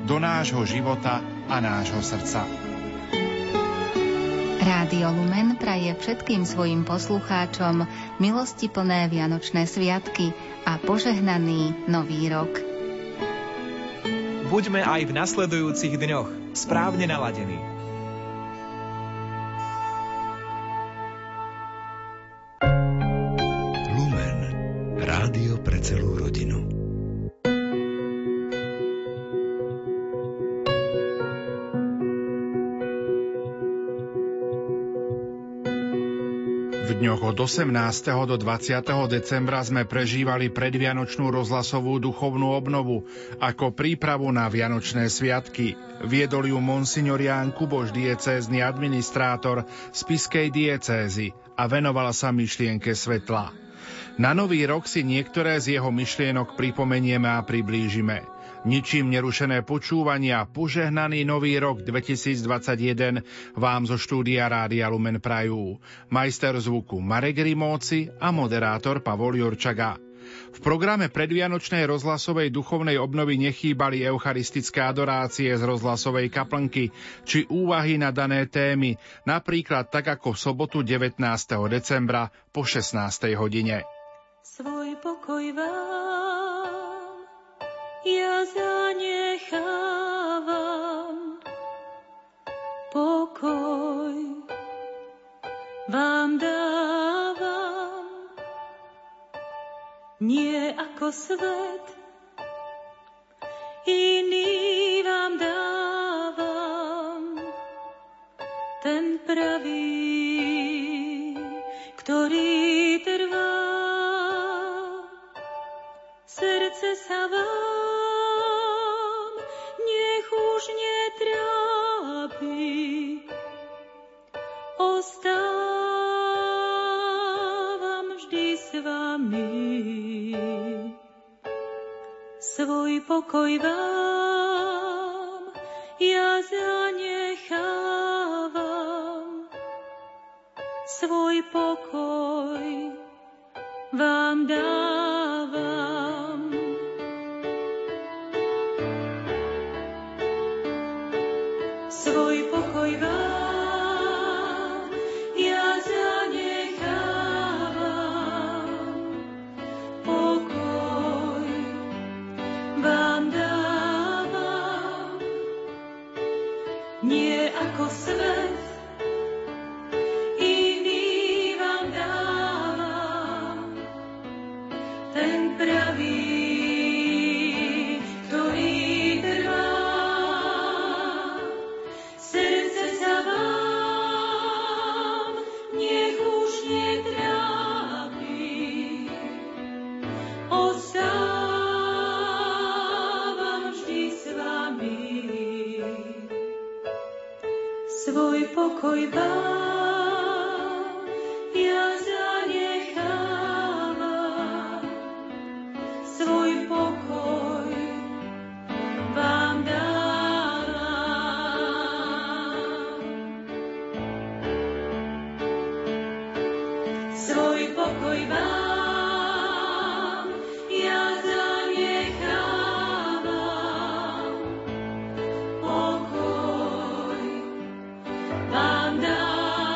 do nášho života a nášho srdca. Rádio Lumen praje všetkým svojim poslucháčom milostiplné vianočné sviatky a požehnaný nový rok. Buďme aj v nasledujúcich dňoch správne naladení. Lumen. Rádio pre celú rodinu. V dňoch od 18. do 20. decembra sme prežívali predvianočnú rozhlasovú duchovnú obnovu ako prípravu na Vianočné sviatky. Viedol ju monsignor Ján Kuboš, diecézny administrátor spišskej diecézy, a venovala sa myšlienke svetla. Na nový rok si niektoré z jeho myšlienok pripomenieme a priblížime. Ničím nerušené počúvanie a požehnaný nový rok 2021 vám zo štúdia Rádia Lumen prajú majster zvuku Marek Rimóci a moderátor Pavol Jurčaga. V programe predvianočnej rozhlasovej duchovnej obnovy nechýbali eucharistické adorácie z rozhlasovej kaplnky či úvahy na dané témy, napríklad tak ako v sobotu 19. decembra po 16. hodine. Svoj pokoj vám ja zanechávam, pokoj vám dávam, nie ako svet, iný vám dávam, ten pravý, ktorý trvá. Srdce sa vám nech už netrápi, ostávam vždy s vami. Svoj pokoj vám ja zanechávam, svoj pokoj vám dávam. Svoj pokoj vám ja zanechávam, pokoj vám dávam, nie ako svet, iný vám dávam, ten pravý, svoj pokoj vám ja zanechávam, svoj pokoj vám dávam. Svoj pokoj vám ja zanechávam, pokoj vám dávam.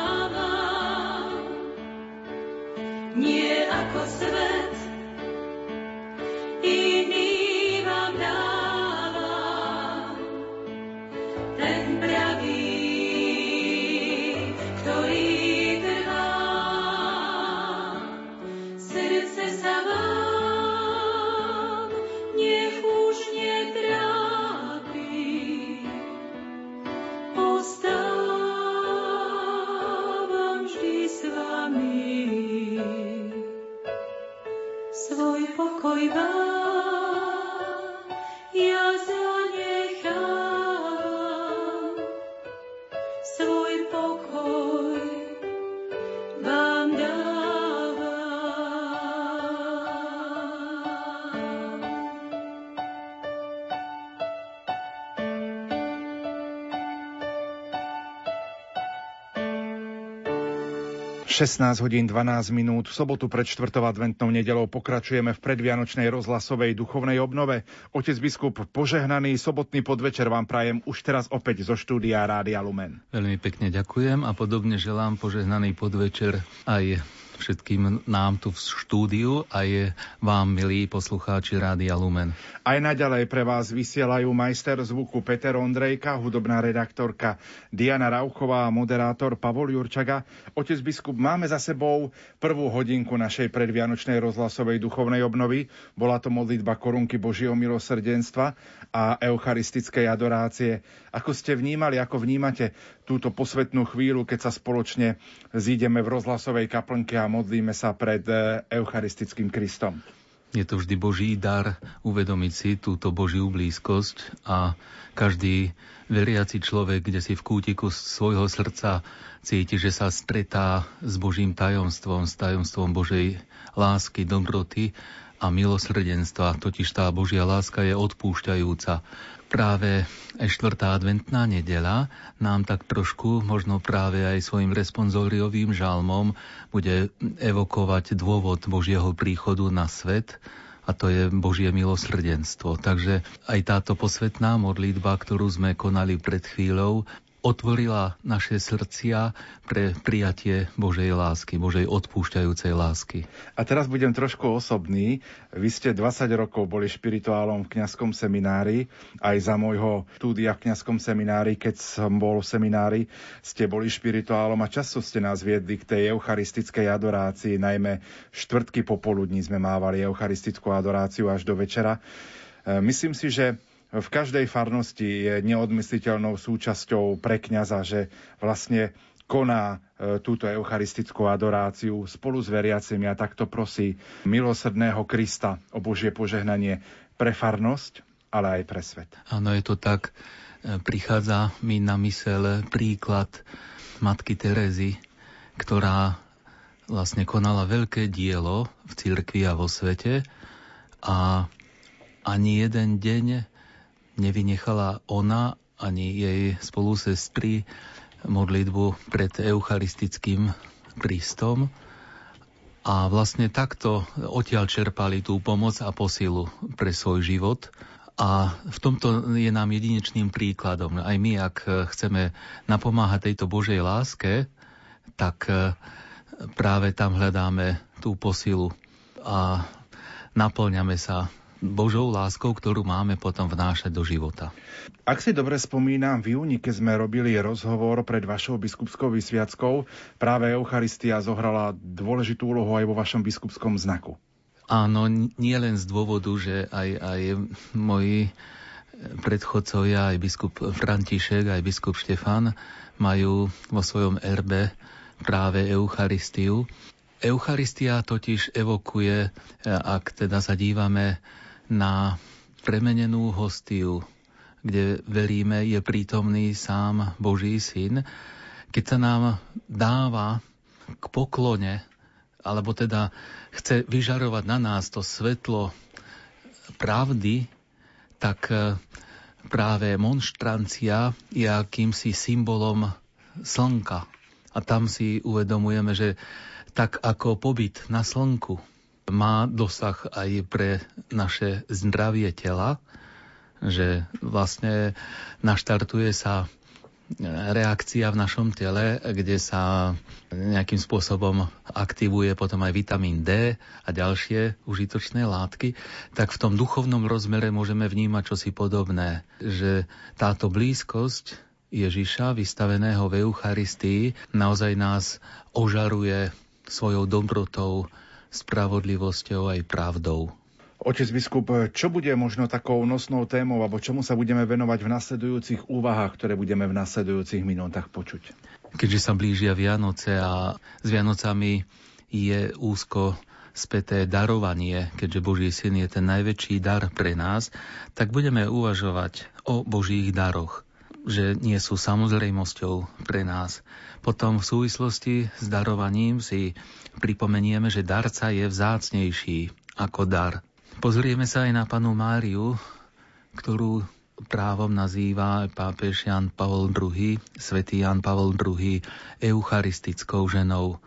16 hodín 12 minút. V sobotu pred 4. adventnou nedeľou pokračujeme v predvianočnej rozhlasovej duchovnej obnove. Otec biskup, požehnaný sobotný podvečer vám prajem už teraz opäť zo štúdia Rádia Lumen. Veľmi pekne ďakujem a podobne želám požehnaný podvečer aj všetkým nám tu v štúdiu aj vám, milí poslucháči Rádia Lumen. Aj naďalej pre vás vysielajú majster zvuku Peter Ondrejka, hudobná redaktorka Diana Rauchová a moderátor Pavol Jurčaga. Otec biskup, máme za sebou prvú hodinku našej predvianočnej rozhlasovej duchovnej obnovy. Bola to modlitba korunky Božieho milosrdenstva a eucharistickej adorácie. Ako ste vnímali, ako vnímate túto posvätnú chvíľu, keď sa spoločne zídeme v rozhlasovej kaplnke a modlíme sa pred eucharistickým Kristom? Je to vždy Boží dar uvedomiť si túto Božiu blízkosť a každý veriaci človek, kde si v kútiku svojho srdca cíti, že sa stretá s Božím tajomstvom, s tajomstvom Božej lásky, dobroty a milosrdenstva. Totiž tá Božia láska je odpúšťajúca. Práve aj 4. adventná nedeľa nám tak trošku, možno práve aj svojim responsoriovým žalmom, bude evokovať dôvod Božieho príchodu na svet, a to je Božie milosrdenstvo. Takže aj táto posvätná modlitba, ktorú sme konali pred chvíľou, otvorila naše srdcia pre prijatie Božej lásky, Božej odpúšťajúcej lásky. A teraz budem trošku osobný. Vy ste 20 rokov boli špirituálom v kňazskom seminári. Aj za môjho štúdia v kňazskom seminári, keď som bol v seminári, ste boli špirituálom a často ste nás viedli k tej eucharistickej adorácii. Najmä štvrtky popoludní sme mávali eucharistickú adoráciu až do večera. Myslím si, že v každej farnosti je neodmysliteľnou súčasťou pre kňaza, že vlastne koná túto eucharistickú adoráciu spolu s veriacimi a takto prosí milosrdného Krista o Božie požehnanie pre farnosť, ale aj pre svet. Áno, je to tak. Prichádza mi na myseľ príklad matky Terezy, ktorá vlastne konala veľké dielo v cirkvi a vo svete a ani jeden deň nevynechala ona ani jej spolusestry modlitbu pred eucharistickým Kristom a vlastne takto odtiaľ čerpali tú pomoc a posilu pre svoj život. A v tomto je nám jedinečným príkladom. Aj my, ak chceme napomáhať tejto Božej láske, tak práve tam hľadáme tú posilu a naplňame sa Božou láskou, ktorú máme potom vnášať do života. Ak si dobre spomínam, v júni, keď sme robili rozhovor pred vašou biskupskou vysviackou, práve Eucharistia zohrala dôležitú úlohu aj vo vašom biskupskom znaku. Áno, nie len z dôvodu, že aj moji predchodcovia, aj biskup František, aj biskup Štefan majú vo svojom erbe práve Eucharistiu. Eucharistia totiž evokuje, ak teda sa dívame na premenenú hostiu, kde veríme, je prítomný sám Boží syn, keď sa nám dáva k poklone, alebo teda chce vyžarovať na nás to svetlo pravdy, tak práve monštrancia je akýmsi symbolom slnka. A tam si uvedomujeme, že tak ako pobyt na slnku má dosah aj pre naše zdravie tela, že vlastne naštartuje sa reakcia v našom tele, kde sa nejakým spôsobom aktivuje potom aj vitamín D a ďalšie užitočné látky, tak v tom duchovnom rozmere môžeme vnímať čosi podobné, že táto blízkosť Ježiša, vystaveného v Eucharistii, naozaj nás ožaruje svojou dobrotou, spravodlivosťou aj pravdou. Otec biskup, čo bude možno takou nosnou témou, alebo čomu sa budeme venovať v nasledujúcich úvahách, ktoré budeme v nasledujúcich minútach počuť? Keďže sa blížia Vianoce a s Vianocami je úzko späté darovanie, keďže Boží syn je ten najväčší dar pre nás, tak budeme uvažovať o Božích daroch, že nie sú samozrejmosťou pre nás. Potom v súvislosti s darovaním si pripomenieme, že darca je vzácnejší ako dar. Pozrieme sa aj na Pannu Máriu, ktorú právom nazýva pápež Ján Pavol II, svätý Ján Pavol II, eucharistickou ženou.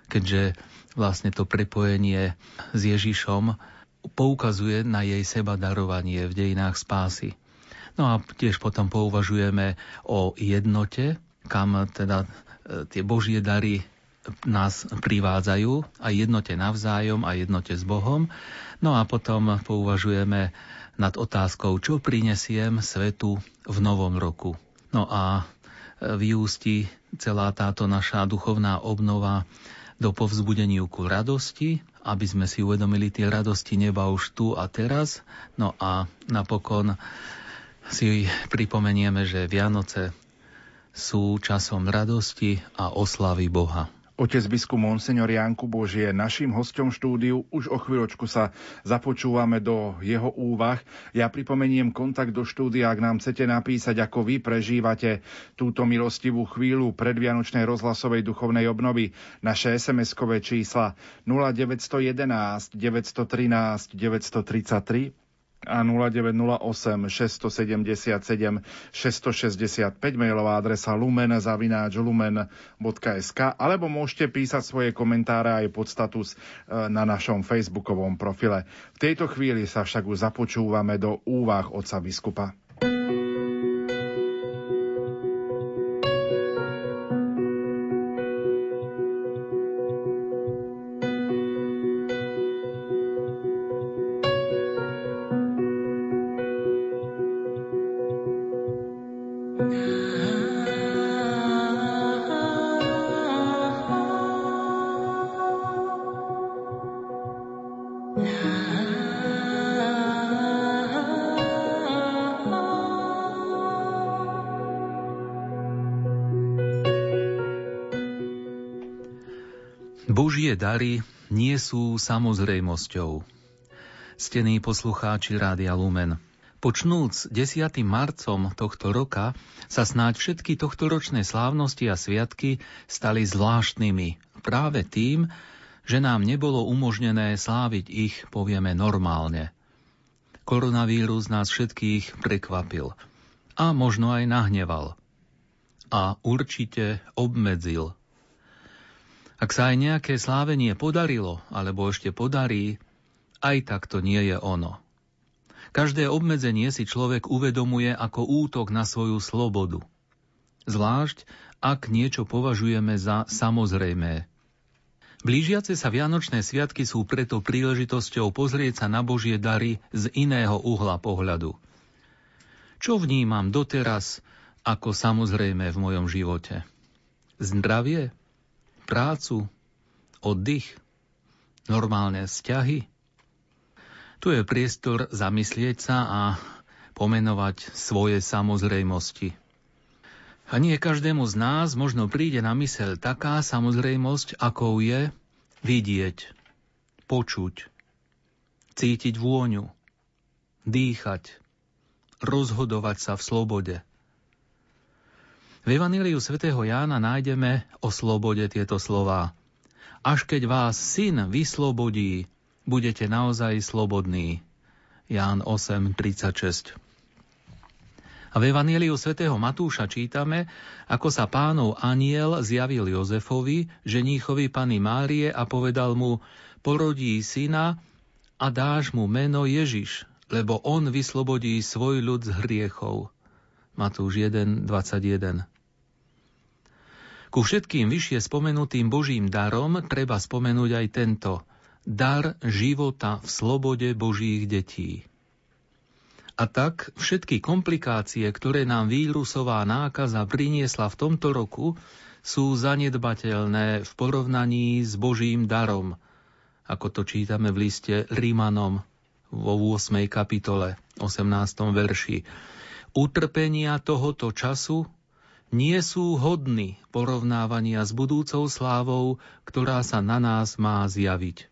keďže vlastne to prepojenie s Ježišom poukazuje na jej sebadarovanie v dejinách spásy. No a tiež potom pouvažujeme o jednote, kam teda tie Božie dary nás privádzajú, aj jednote navzájom, a jednote s Bohom. No a potom pouvažujeme nad otázkou, čo prinesiem svetu v novom roku. No a vyústi celá táto naša duchovná obnova do povzbudeniu ku radosti, aby sme si uvedomili tie radosti neba už tu a teraz. No a napokon si pripomenieme, že Vianoce sú časom radosti a oslavy Boha. Otec biskup Monsignor Ján Kuboš je naším hosťom štúdiu. Už o chvíľočku sa započúvame do jeho úvah. Ja pripomeniem kontakt do štúdia, ak nám chcete napísať, ako vy prežívate túto milostivú chvíľu predvianočnej rozhlasovej duchovnej obnovy. Naše SMS-kové čísla 0911 913 933 a 0908 677 665, mailová adresa lumen@lumen.sk, alebo môžete písať svoje komentáre aj pod status na našom facebookovom profile. V tejto chvíli sa však už započúvame do úvah otca biskupa. Božie dary nie sú samozrejmosťou. Ctení poslucháči Rádia Lumen, počnúc 10. marcom tohto roka sa snáď všetky tohtoročné slávnosti a sviatky stali zvláštnymi práve tým, že nám nebolo umožnené sláviť ich, povieme, normálne. Koronavírus nás všetkých prekvapil a možno aj nahneval a určite obmedzil. Ak sa aj nejaké slávenie podarilo, alebo ešte podarí, aj tak to nie je ono. Každé obmedzenie si človek uvedomuje ako útok na svoju slobodu. Zvlášť, ak niečo považujeme za samozrejmé. Blížiace sa Vianočné sviatky sú preto príležitosťou pozrieť sa na Božie dary z iného uhla pohľadu. Čo vnímam doteraz ako samozrejmé v mojom živote? Zdravie? Prácu, oddych, normálne vzťahy. Tu je priestor zamyslieť sa a pomenovať svoje samozrejmosti. A nie každému z nás možno príde na myseľ taká samozrejmosť, akou je vidieť, počuť, cítiť vôňu, dýchať, rozhodovať sa v slobode. V Evanjeliu svätého Jána nájdeme o slobode tieto slová. Až keď vás Syn vyslobodí, budete naozaj slobodní. Ján 8:36. A v Evanjeliu svätého Matúša čítame, ako sa Pánov anjel zjavil Jozefovi, ženíchovi Panny Márie, a povedal mu: porodí syna a dáš mu meno Ježiš, lebo on vyslobodí svoj ľud z hriechov. Matúš 1:21. Ku všetkým vyššie spomenutým Božím darom treba spomenúť aj tento dar života v slobode Božích detí. A tak všetky komplikácie, ktoré nám vírusová nákaza priniesla v tomto roku, sú zanedbateľné v porovnaní s Božím darom, ako to čítame v liste Rímanom vo 8. kapitole, 18. verši. Utrpenia tohoto času nie sú hodní porovnávania s budúcou slávou, ktorá sa na nás má zjaviť.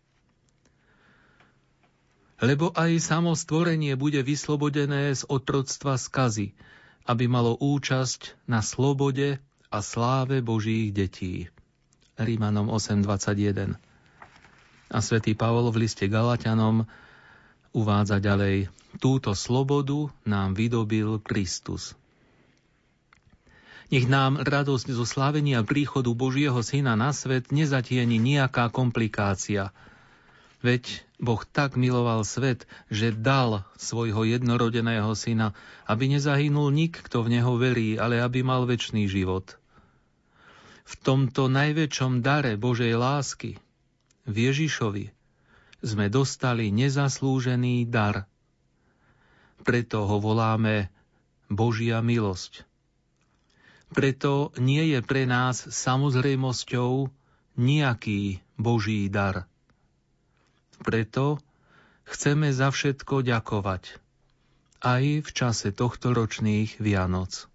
Lebo aj samo stvorenie bude vyslobodené z otroctva skazy, aby malo účasť na slobode a sláve Božích detí. Rímanom 8:21. A svätý Pavol v liste Galatianom uvádza ďalej: túto slobodu nám vydobil Kristus. Nech nám radosť zo slávenia príchodu Božieho Syna na svet nezatieni nejaká komplikácia. Veď Boh tak miloval svet, že dal svojho jednorodeného Syna, aby nezahynul nik, kto v Neho verí, ale aby mal večný život. V tomto najväčšom dare Božej lásky, v Ježišovi, sme dostali nezaslúžený dar. Preto ho voláme Božia milosť. Preto nie je pre nás samozrejmosťou nejaký Boží dar. Preto chceme za všetko ďakovať, aj v čase tohtoročných Vianoc.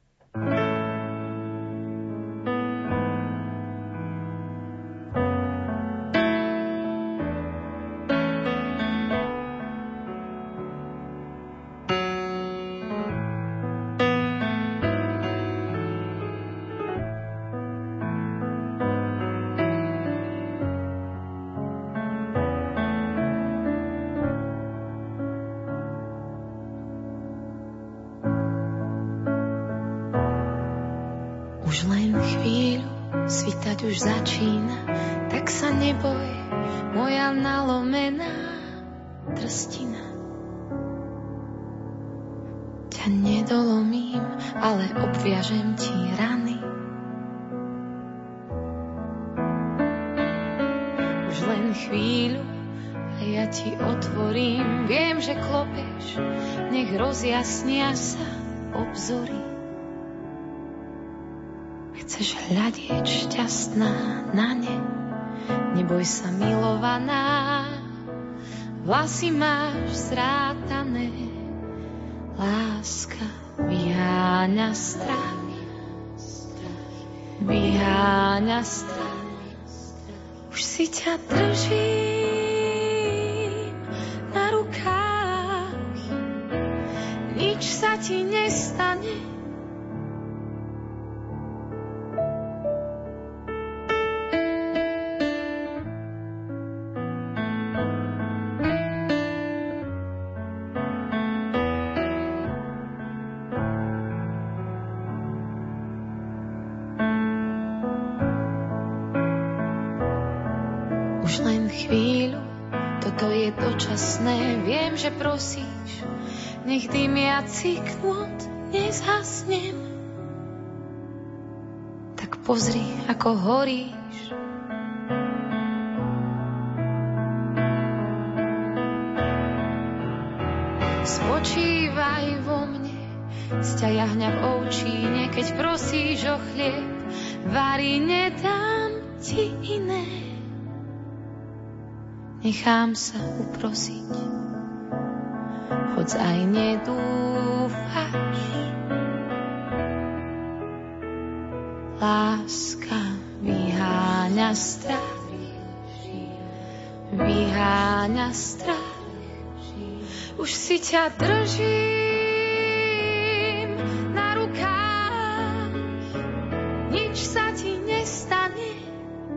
Už len chvíľu, svitať už začína, tak sa neboj, moja nalomená trstina. Ťa nedolomím, ale obviažem ti rany. Už len chvíľu a ja ti otvorím, viem, že klopeš, nech rozjasnia sa obzory. Chceš hľadieť šťastná na ne, neboj sa milovaná, vlasy máš zrátané, láska vyháňa strach, vyháňa strach. Už si ťa držím na rukách, nič sa ti nestane. Už len chvíľu, toto je dočasné, viem, že prosíš, nech dymiaci knôt nezhasnem. Tak pozri, ako horíš. Spočívaj vo mne, sťa jahňa v ovčíne, keď prosíš o chlieb, vari nedám ti iné. Nechám sa uprosiť, hoď aj nedúfaš. Láska vyháňa strach, vyháňa strach. Už si ťa držím na rukách, nič sa ti nestane.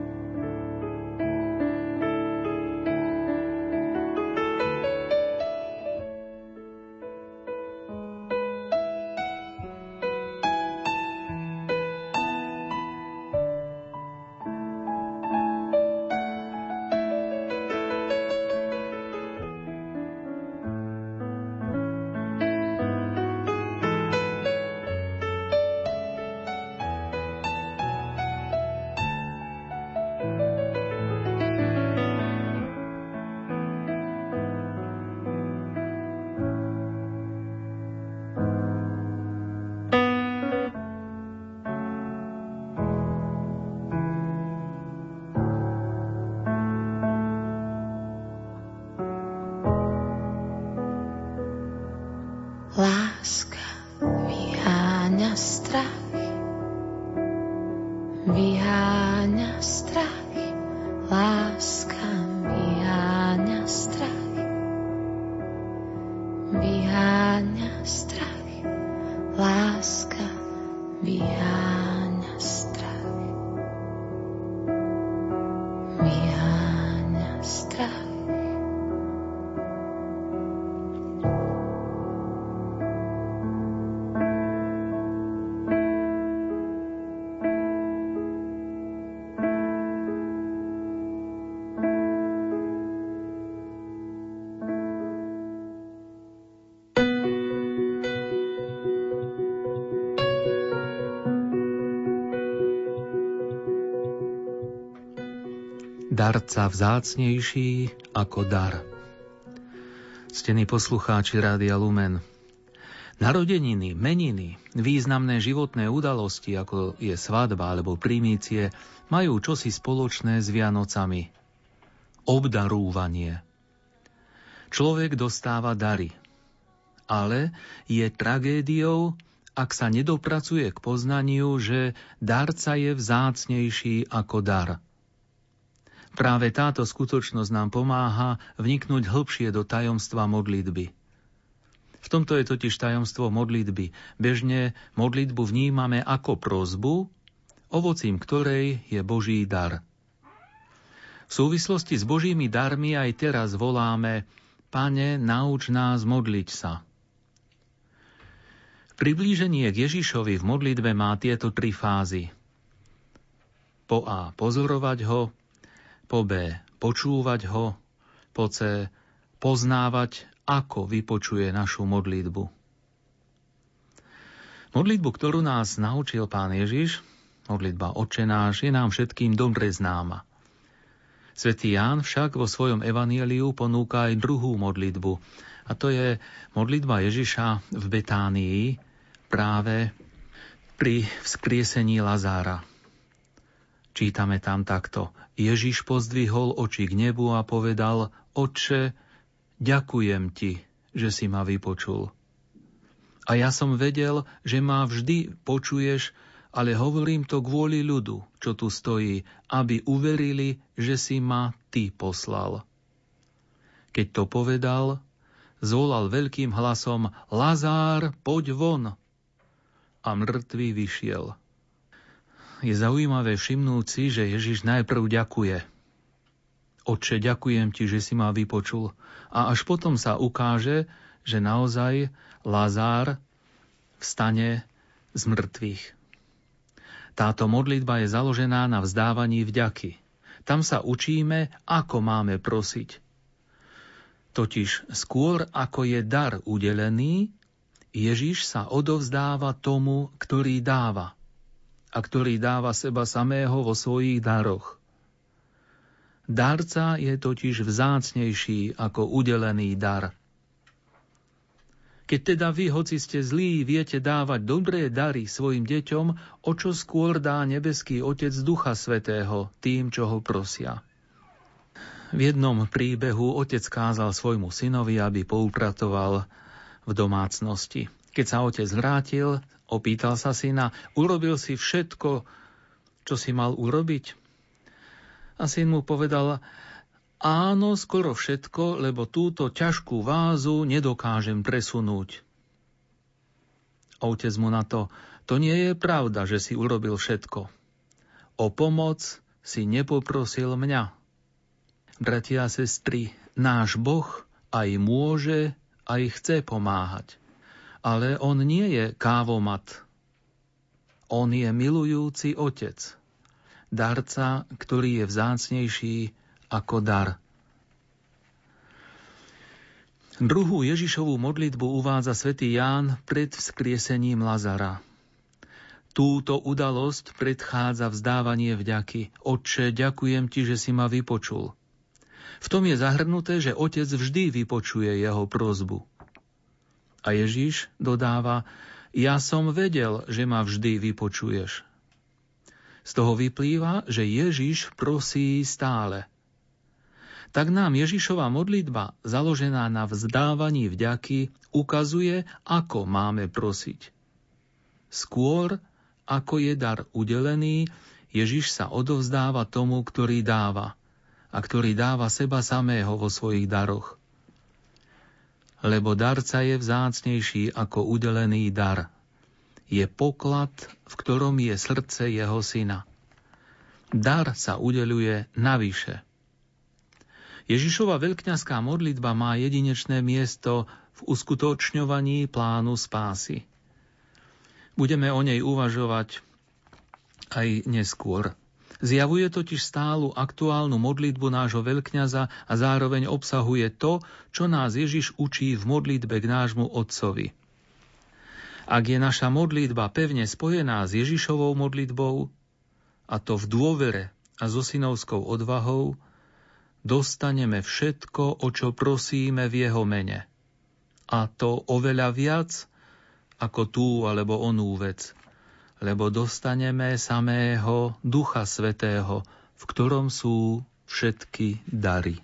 Láska vyháňa strach, vyháňa strach. Láska vyháňa strach, vyháňa strach. Láska vyháňa strach, vyháňa strach. darca vzácnejší ako dar. Ctení poslucháči Rádia Lumen, narodeniny, meniny, významné životné udalosti, ako je svadba alebo primície, majú čosi spoločné s Vianocami. Obdarúvanie. Človek dostáva dary, ale je tragédiou, ak sa nedopracuje k poznaniu, že darca je vzácnejší ako dar. Práve táto skutočnosť nám pomáha vniknúť hlbšie do tajomstva modlitby. V tomto je totiž tajomstvo modlitby. Bežne modlitbu vnímame ako prosbu, ovocím ktorej je Boží dar. V súvislosti s Božími darmi aj teraz voláme: Pane, nauč nás modliť sa. Priblíženie k Ježišovi v modlitbe má tieto 3 fázy. Po A pozorovať ho, po B počúvať ho, po C poznávať, ako vypočuje našu modlitbu. Modlitbu, ktorú nás naučil Pán Ježiš, modlitba Otčenáš, je nám všetkým dobre známa. Svätý Ján však vo svojom evanjeliu ponúka aj druhú modlitbu, a to je modlitba Ježiša v Betánii práve pri vzkriesení Lazára. Čítame tam takto: Ježiš pozdvihol oči k nebu a povedal: Otče, ďakujem ti, že si ma vypočul. A ja som vedel, že ma vždy počuješ, ale hovorím to kvôli ľudu, čo tu stojí, aby uverili, že si ma ty poslal. Keď to povedal, zvolal veľkým hlasom: Lazár, poď von! A mŕtvy vyšiel. Je zaujímavé všimnúť si, že Ježiš najprv ďakuje. Otče, ďakujem ti, že si ma vypočul. A až potom sa ukáže, že naozaj Lazár vstane z mŕtvych. Táto modlitba je založená na vzdávaní vďaky. Tam sa učíme, ako máme prosiť. Totiž skôr ako je dar udelený, Ježiš sa odovzdáva tomu, ktorý dáva a ktorý dáva seba samého vo svojich daroch. Darca je totiž vzácnejší ako udelený dar. Keď teda vy, hoci ste zlí, viete dávať dobré dary svojim deťom, o čo skôr dá nebeský Otec Ducha Svätého tým, čo ho prosia. V jednom príbehu otec kázal svojmu synovi, aby poupratoval v domácnosti. Keď sa otec vrátil, opýtal sa syna: urobil si všetko, čo si mal urobiť? A syn mu povedal: áno, skoro všetko, lebo túto ťažkú vázu nedokážem presunúť. Otec mu na to: to nie je pravda, že si urobil všetko. O pomoc si nepoprosil mňa. Bratia a sestry, náš Boh aj môže, aj chce pomáhať. Ale on nie je kávomat. On je milujúci Otec. Darca, ktorý je vzácnejší ako dar. Druhú Ježišovú modlitbu uvádza svätý Ján pred vzkriesením Lazara. Túto udalosť predchádza vzdávanie vďaky. Otče, ďakujem ti, že si ma vypočul. V tom je zahrnuté, že Otec vždy vypočuje jeho prosbu. A Ježiš dodáva: ja som vedel, že ma vždy vypočuješ. Z toho vyplýva, že Ježiš prosí stále. Tak nám Ježišova modlitba, založená na vzdávaní vďaky, ukazuje, ako máme prosiť. Skôr, ako je dar udelený, Ježiš sa odovzdáva tomu, ktorý dáva, a ktorý dáva seba samého vo svojich daroch. Lebo darca je vzácnejší ako udelený dar. Je poklad, v ktorom je srdce jeho syna. Dar sa udeľuje navyše. Ježišova veľkňazská modlitba má jedinečné miesto v uskutočňovaní plánu spásy. Budeme o nej uvažovať aj neskôr. Zjavuje totiž stálu aktuálnu modlitbu nášho veľkňaza a zároveň obsahuje to, čo nás Ježiš učí v modlitbe k nášmu Otcovi. Ak je naša modlitba pevne spojená s Ježišovou modlitbou, a to v dôvere a so synovskou odvahou, dostaneme všetko, o čo prosíme v jeho mene. A to oveľa viac ako tú alebo onú vec, lebo dostaneme samého Ducha Svätého, v ktorom sú všetky dary.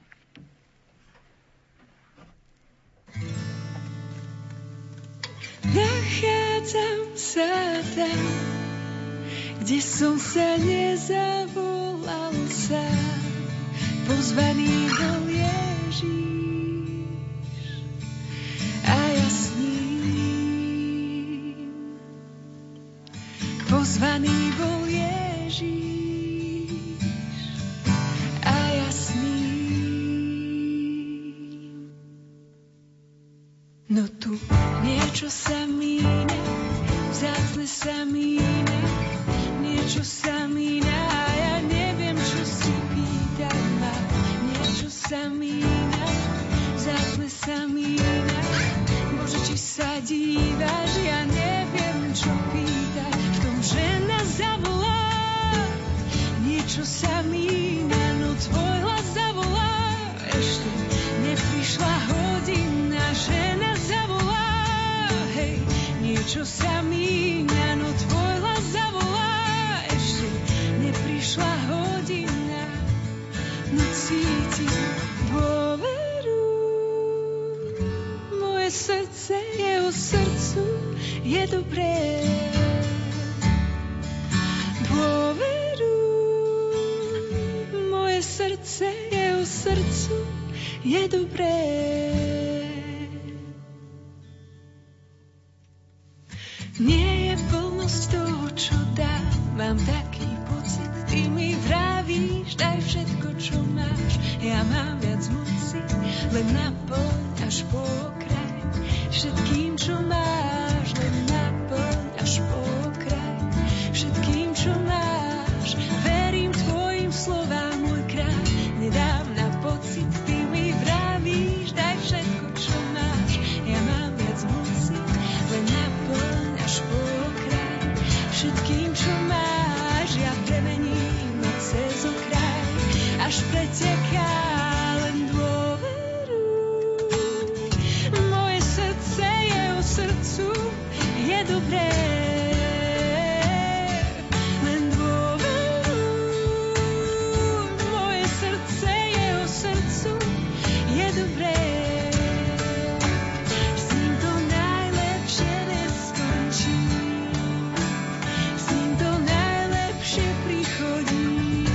Nachádzam sa tam, kde som sa nezavolal sám, pozvaný bol Ježíš a ja s ním. Pozvaný bol Ježíš a ja s ním. No tu niečo sa míňa, vzácne sa míňa, niečo sa míňa a ja neviem, čo si pýtam ma. Niečo sa míňa, vzácne sa míňa, Bože, či sa dívaš, ja neviem, čo pýtať. V tom žena zavolá, niečo sa míňa, no tvoj hlas zavolá, ešte neprišla hodina, žena zavolá, hej, niečo sa míňa, no tvoj hlas zavolá, ešte neprišla hodina, no cítim dôveru, moje srdce jeho srdcu je dobré. Dôveru, moje srdce jeho srdcu je dobré. Nie je plnosť toho, čo dám, mám taký pocit, ty mi vravíš, daj všetko, čo máš. Ja mám viac moci, len naplň až po okraj. Všetkým, čo máš, len naplň až po okraj. Všetkým, čo máš, verím tvojim slovám, môj kráľ. Nedám na pocit, ty mi vravíš, daj všetko, čo máš. Ja mám viac moci, len naplň až po okraj. Všetkým, čo máš, ja premením cez okraj, až preteká len dôveru. Moje srdce jeho srdcu je dobré. Len dôveru, moje srdce jeho srdcu je dobré. S ním to najlepšie neskončí, s ním to najlepšie prichodí,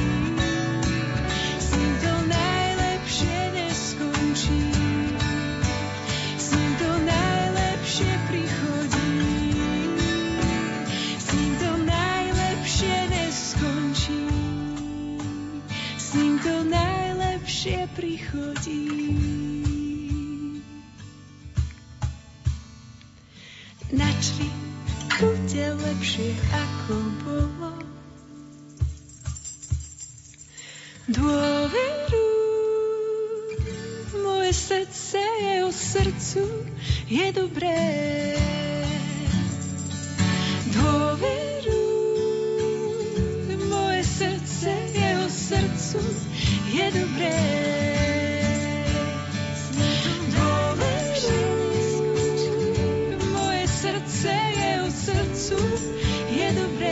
s ním to najlepšie neskončí, s ním to najlepšie prichodí, s ním to najlepšie neskončí, s ním to najlepšie prichodí. Načli bude lepšie, ako bolo. Dôveru, moje srdce jeho srdcu je dobré. Dôveru, moje srdce jeho srdcu je dobré. Dôveru, moje srdce jeho srdcu je dobré.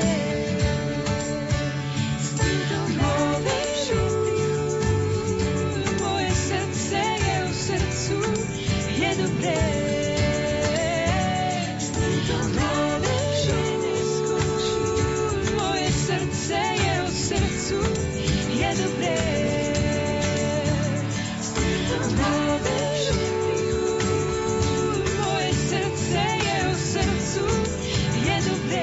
Moje srdce jeho srdcu je dobré. Moje srdce jeho srdcu je dobré. Moje srdce jeho srdcu je dobré.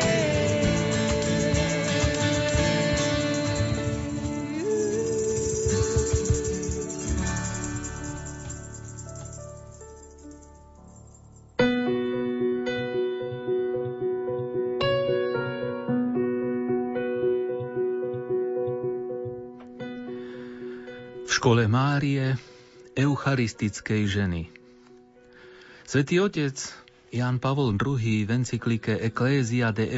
V škole Márie, eucharistickej ženy. Svätý otec Ján Pavol II v encyklike Ecclesia de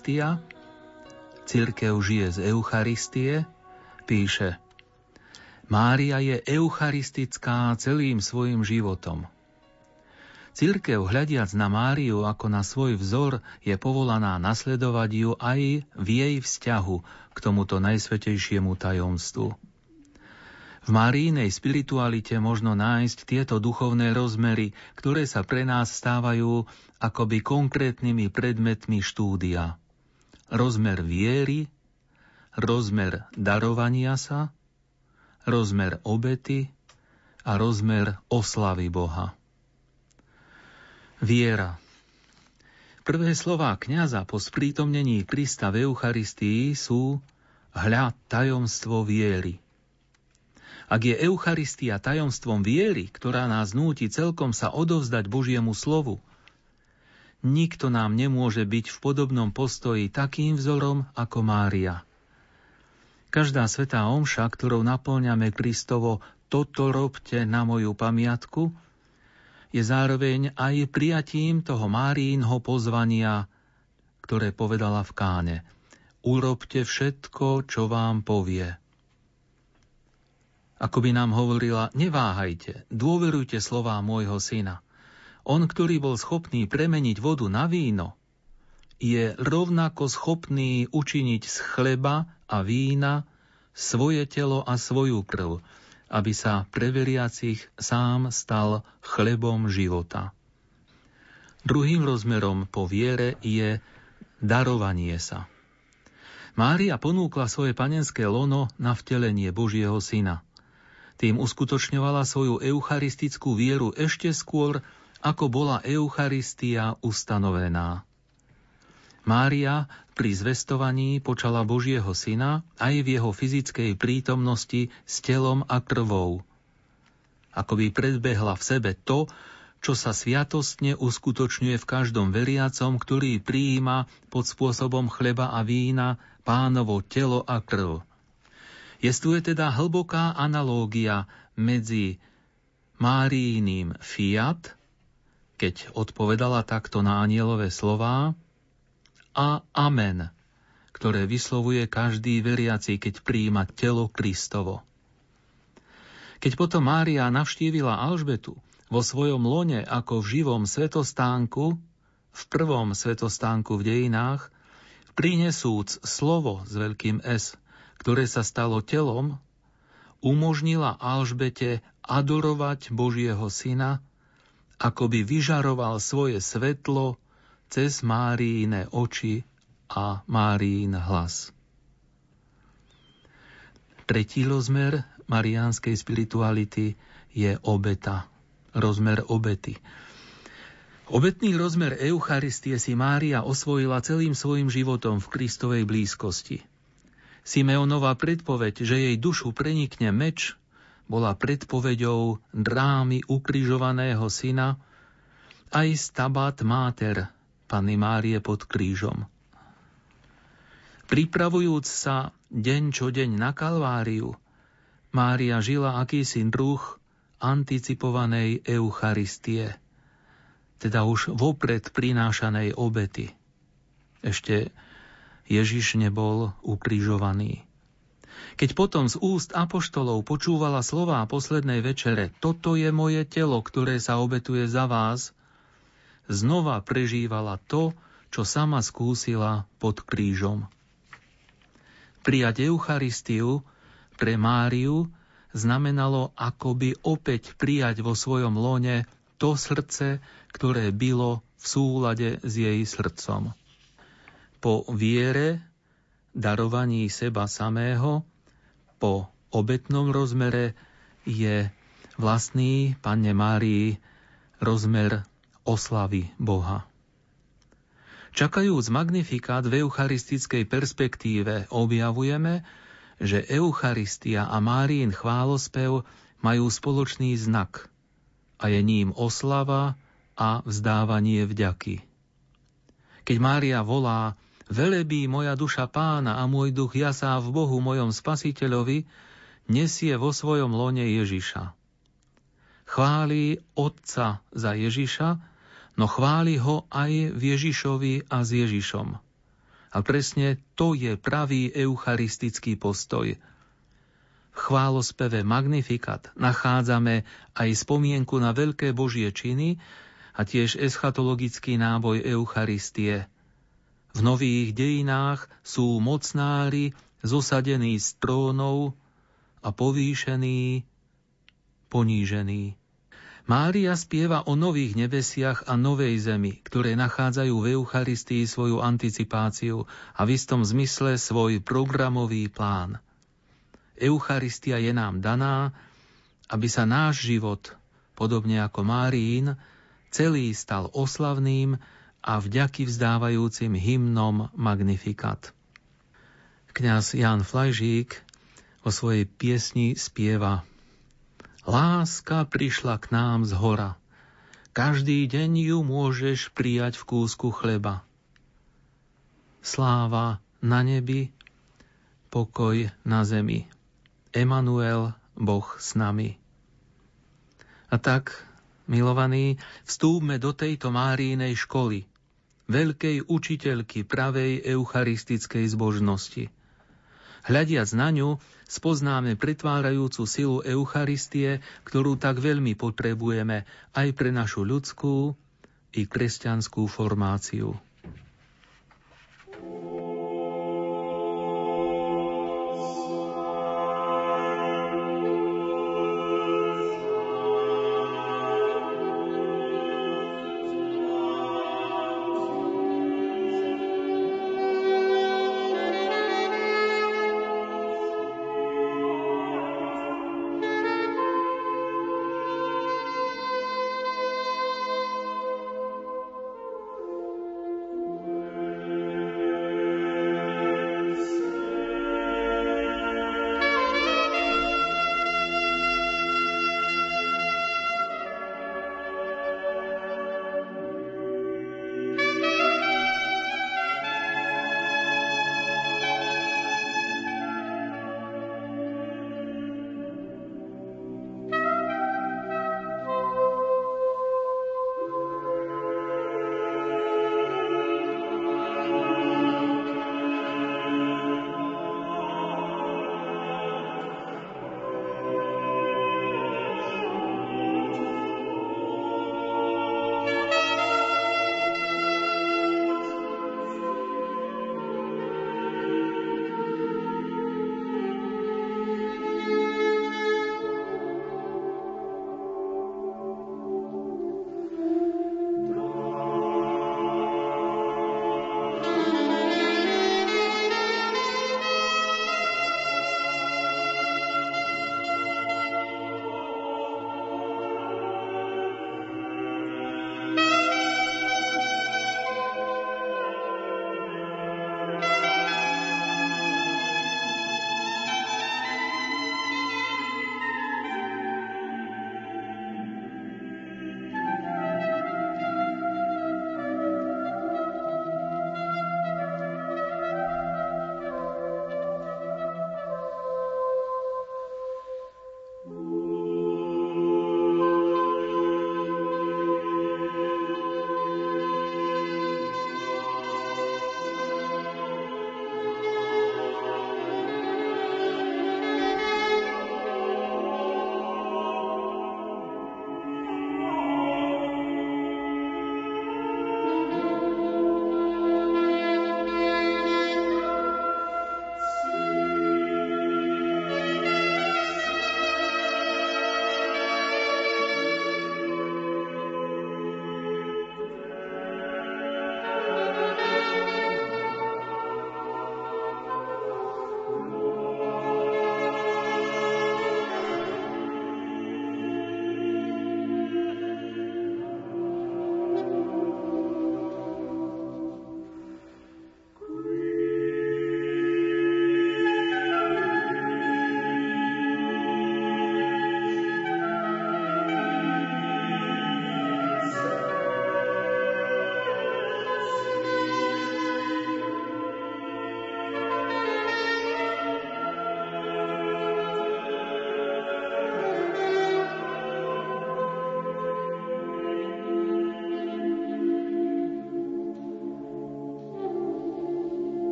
Eucharistia, Cirkev žije z Eucharistie, píše: Mária je eucharistická celým svojim životom. Cirkev, hľadiac na Máriu ako na svoj vzor, je povolaná nasledovať ju aj v jej vzťahu k tomuto najsvätejšiemu tajomstvu. V Máriinej spiritualite možno nájsť tieto duchovné rozmery, ktoré sa pre nás stávajú akoby konkrétnymi predmetmi štúdia. Rozmer viery, rozmer darovania sa, rozmer obety a rozmer oslavy Boha. Viera. Prvé slová kňaza po sprítomnení Krista v Eucharistii sú hľa tajomstvo viery. Ak je Eucharistia tajomstvom viery, ktorá nás núti celkom sa odovzdať Božiemu slovu, nikto nám nemôže byť v podobnom postoji takým vzorom ako Mária. Každá svätá omša, ktorou napĺňame Kristovo "toto robte na moju pamiatku", je zároveň aj prijatím toho Máriinho pozvania, ktoré povedala v Káne. Urobte všetko, čo vám povie. Ako by nám hovorila, neváhajte, dôverujte slová môjho syna. On, ktorý bol schopný premeniť vodu na víno, je rovnako schopný učiniť z chleba a vína svoje telo a svoju krv, aby sa pre veriacich sám stal chlebom života. Druhým rozmerom po viere je darovanie sa. Mária ponúkla svoje panenské lono na vtelenie Božieho syna. Tým uskutočňovala svoju eucharistickú vieru ešte skôr, ako bola Eucharistia ustanovená. Mária pri zvestovaní počala Božieho syna aj v jeho fyzickej prítomnosti s telom a krvou. Ako by predbehla v sebe to, čo sa sviatostne uskutočňuje v každom veriacom, ktorý prijíma pod spôsobom chleba a vína Pánovo telo a krv. Jestvuje teda hlboká analógia medzi Máriiným fiat, keď odpovedala takto na anielové slová, a amen, ktoré vyslovuje každý veriaci, keď prijíma telo Kristovo. Keď potom Mária navštívila Alžbetu vo svojom lone ako v živom svätostánku, v prvom svätostánku v dejinách, prinesúc slovo s veľkým S, ktoré sa stalo telom, umožnila Alžbete adorovať Božieho syna, ako by vyžaroval svoje svetlo cez Máriine oči a Máriin hlas. Tretí rozmer mariánskej spirituality je obeta, rozmer obety. Obetný rozmer Eucharistie si Mária osvojila celým svojim životom v Kristovej blízkosti. Simeonova predpoveď, že jej dušu prenikne meč, bola predpoveďou drámy ukrižovaného syna aj Stabat Mater, Panny Márie pod krížom. Pripravujúc sa deň čo deň na Kalváriu, Mária žila akýsi druh anticipovanej Eucharistie, teda už vopred prinášanej obety. Ešte Ježiš nebol ukrižovaný. Keď potom z úst apoštolov počúvala slová poslednej večere, toto je moje telo, ktoré sa obetuje za vás, znova prežívala to, čo sama skúsila pod krížom. Prijať Eucharistiu pre Máriu znamenalo akoby opäť prijať vo svojom lone to srdce, ktoré bylo v súlade s jej srdcom. Po viere, darovaní seba samého, po obetnom rozmere je vlastný Panne Márii rozmer oslavy Boha. Čakajúc magnifikát v eucharistickej perspektíve, objavujeme, že Eucharistia a Máriin chválospev majú spoločný znak a je ním oslava a vzdávanie vďaky. Keď Mária volá velebí moja duša Pána a môj duch jasá v Bohu mojom Spasiteľovi, nesie vo svojom lone Ježiša. Chváli Otca za Ježiša, no chváli ho aj v Ježišovi a s Ježišom. A presne to je pravý eucharistický postoj. V chválospeve Magnificat nachádzame aj spomienku na veľké Božie činy a tiež eschatologický náboj Eucharistie. V nových dejinách sú mocnári zosadení z trónov a povýšení, ponížení. Mária spieva o nových nebesiach a novej zemi, ktoré nachádzajú v Eucharistii svoju anticipáciu a v istom zmysle svoj programový plán. Eucharistia je nám daná, aby sa náš život, podobne ako Máriin, celý stal oslavným a vďaky vzdávajúcim hymnom Magnificat. Kňaz Ján Flajžík o svojej piesni spieva: Láska prišla k nám z hora, každý deň ju môžeš prijať v kúsku chleba. Sláva na nebi, pokoj na zemi. Emanuel, Boh s nami. A tak, milovaní, vstúpme do tejto Máriinej školy, veľkej učiteľky pravej eucharistickej zbožnosti. Hľadiac na ňu, spoznáme pretvárajúcu silu Eucharistie, ktorú tak veľmi potrebujeme aj pre našu ľudskú i kresťanskú formáciu.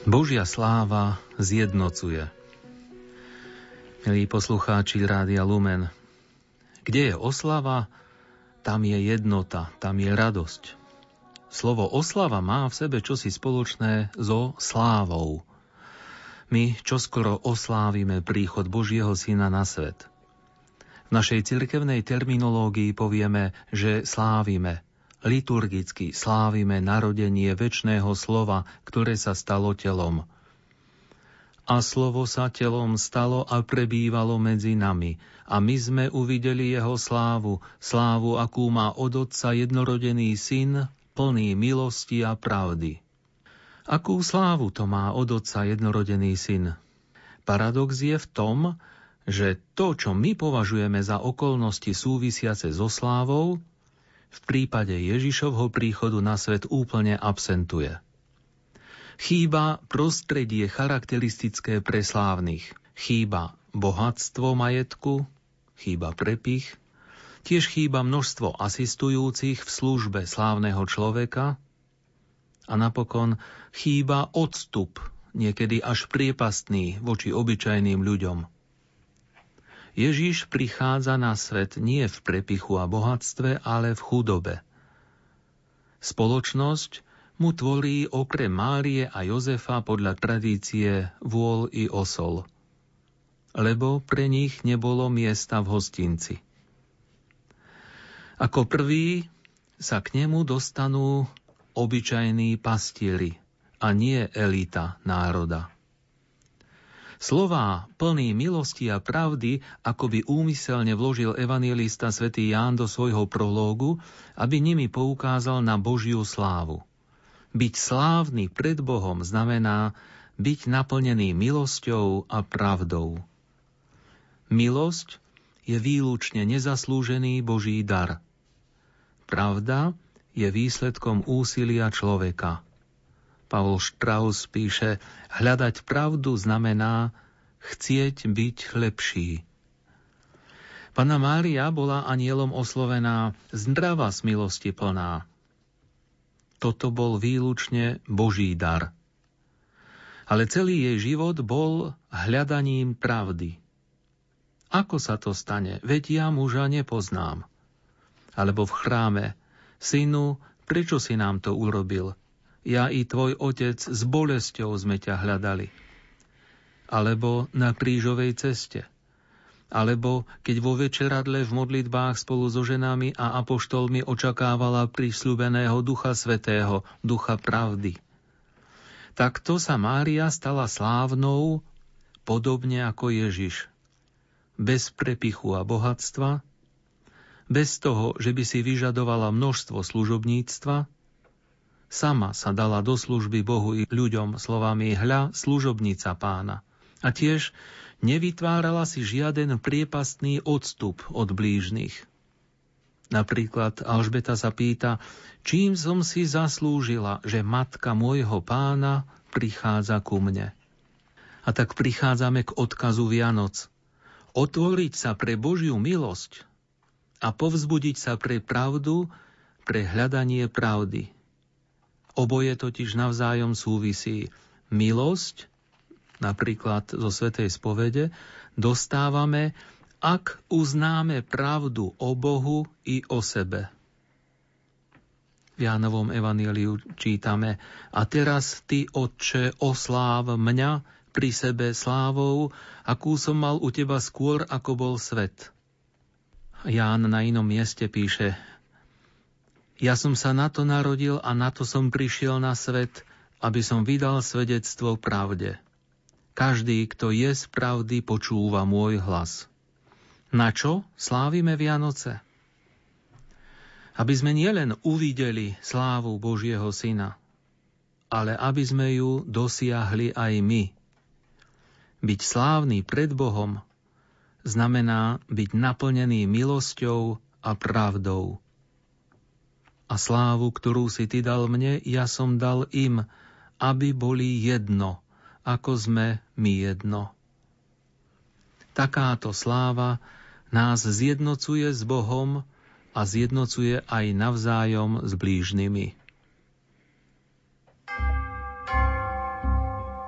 Božia sláva zjednocuje. Milí poslucháči Rádia Lumen, kde je oslava, tam je jednota, tam je radosť. Slovo oslava má v sebe čosi spoločné so slávou. My čoskoro oslávime príchod Božieho Syna na svet. V našej cirkevnej terminológii povieme, že slávime. Liturgicky slávime narodenie večného slova, ktoré sa stalo telom. A slovo sa telom stalo a prebývalo medzi nami. A my sme uvideli jeho slávu, slávu, akú má od Otca jednorodený Syn, plný milosti a pravdy. Akú slávu to má od Otca jednorodený Syn? Paradox je v tom, že to, čo my považujeme za okolnosti súvisiace so slávou, v prípade Ježišovho príchodu na svet úplne absentuje. Chýba prostredie charakteristické pre slávnych. Chýba bohatstvo majetku, chýba prepich, tiež chýba množstvo asistujúcich v službe slávneho človeka a napokon chýba odstup, niekedy až priepastný voči obyčajným ľuďom. Ježiš prichádza na svet nie v prepichu a bohatstve, ale v chudobe. Spoločnosť mu tvorí okrem Márie a Jozefa podľa tradície vôl i osol, lebo pre nich nebolo miesta v hostinci. Ako prvý sa k nemu dostanú obyčajní pastieri a nie elita národa. Slová plný milosti a pravdy, ako by úmyselne vložil evanjelista svätý Ján do svojho prológu, aby nimi poukázal na Božiu slávu. Byť slávny pred Bohom znamená byť naplnený milosťou a pravdou. Milosť je výlučne nezaslúžený Boží dar. Pravda je výsledkom úsilia človeka. Pavol Strauss píše, hľadať pravdu znamená chcieť byť lepší. Panna Mária bola anjelom oslovená zdravá z milosti plná. Toto bol výlučne Boží dar. Ale celý jej život bol hľadaním pravdy. Ako sa to stane? Veď ja muža nepoznám. Alebo v chráme, synu, prečo si nám to urobil? Ja i tvoj otec s bolesťou sme ťa hľadali. Alebo na krížovej ceste. Alebo keď vo večeradle v modlitbách spolu so ženami a apoštolmi očakávala prisľúbeného Ducha Svätého, Ducha pravdy. Takto sa Mária stala slávnou, podobne ako Ježiš. Bez prepichu a bohatstva, bez toho, že by si vyžadovala množstvo služobníctva, sama sa dala do služby Bohu i ľuďom slovami hľa, služobnica Pána. A tiež nevytvárala si žiaden priepastný odstup od blížnych. Napríklad Alžbeta sa pýta, čím som si zaslúžila, že matka môjho Pána prichádza ku mne. A tak prichádzame k odkazu Vianoc. Otvoriť sa pre Božiu milosť a povzbudiť sa pre pravdu, pre hľadanie pravdy. Oboje totiž navzájom súvisí. Milosť, napríklad zo svätej spovede, dostávame, ak uznáme pravdu o Bohu i o sebe. V Jánovom evanjeliu čítame: A teraz ty, Otče, osláv mňa pri sebe slávou, akú som mal u teba skôr, ako bol svet. Ján na inom mieste píše: Ja som sa na to narodil a na to som prišiel na svet, aby som vydal svedectvo pravde. Každý, kto je z pravdy, počúva môj hlas. Na čo slávime Vianoce? Aby sme nielen uvideli slávu Božieho Syna, ale aby sme ju dosiahli aj my. Byť slávny pred Bohom znamená byť naplnený milosťou a pravdou. A slávu, ktorú si ty dal mne, ja som dal im, aby boli jedno, ako sme my jedno. Takáto sláva nás zjednocuje s Bohom a zjednocuje aj navzájom s blížnymi.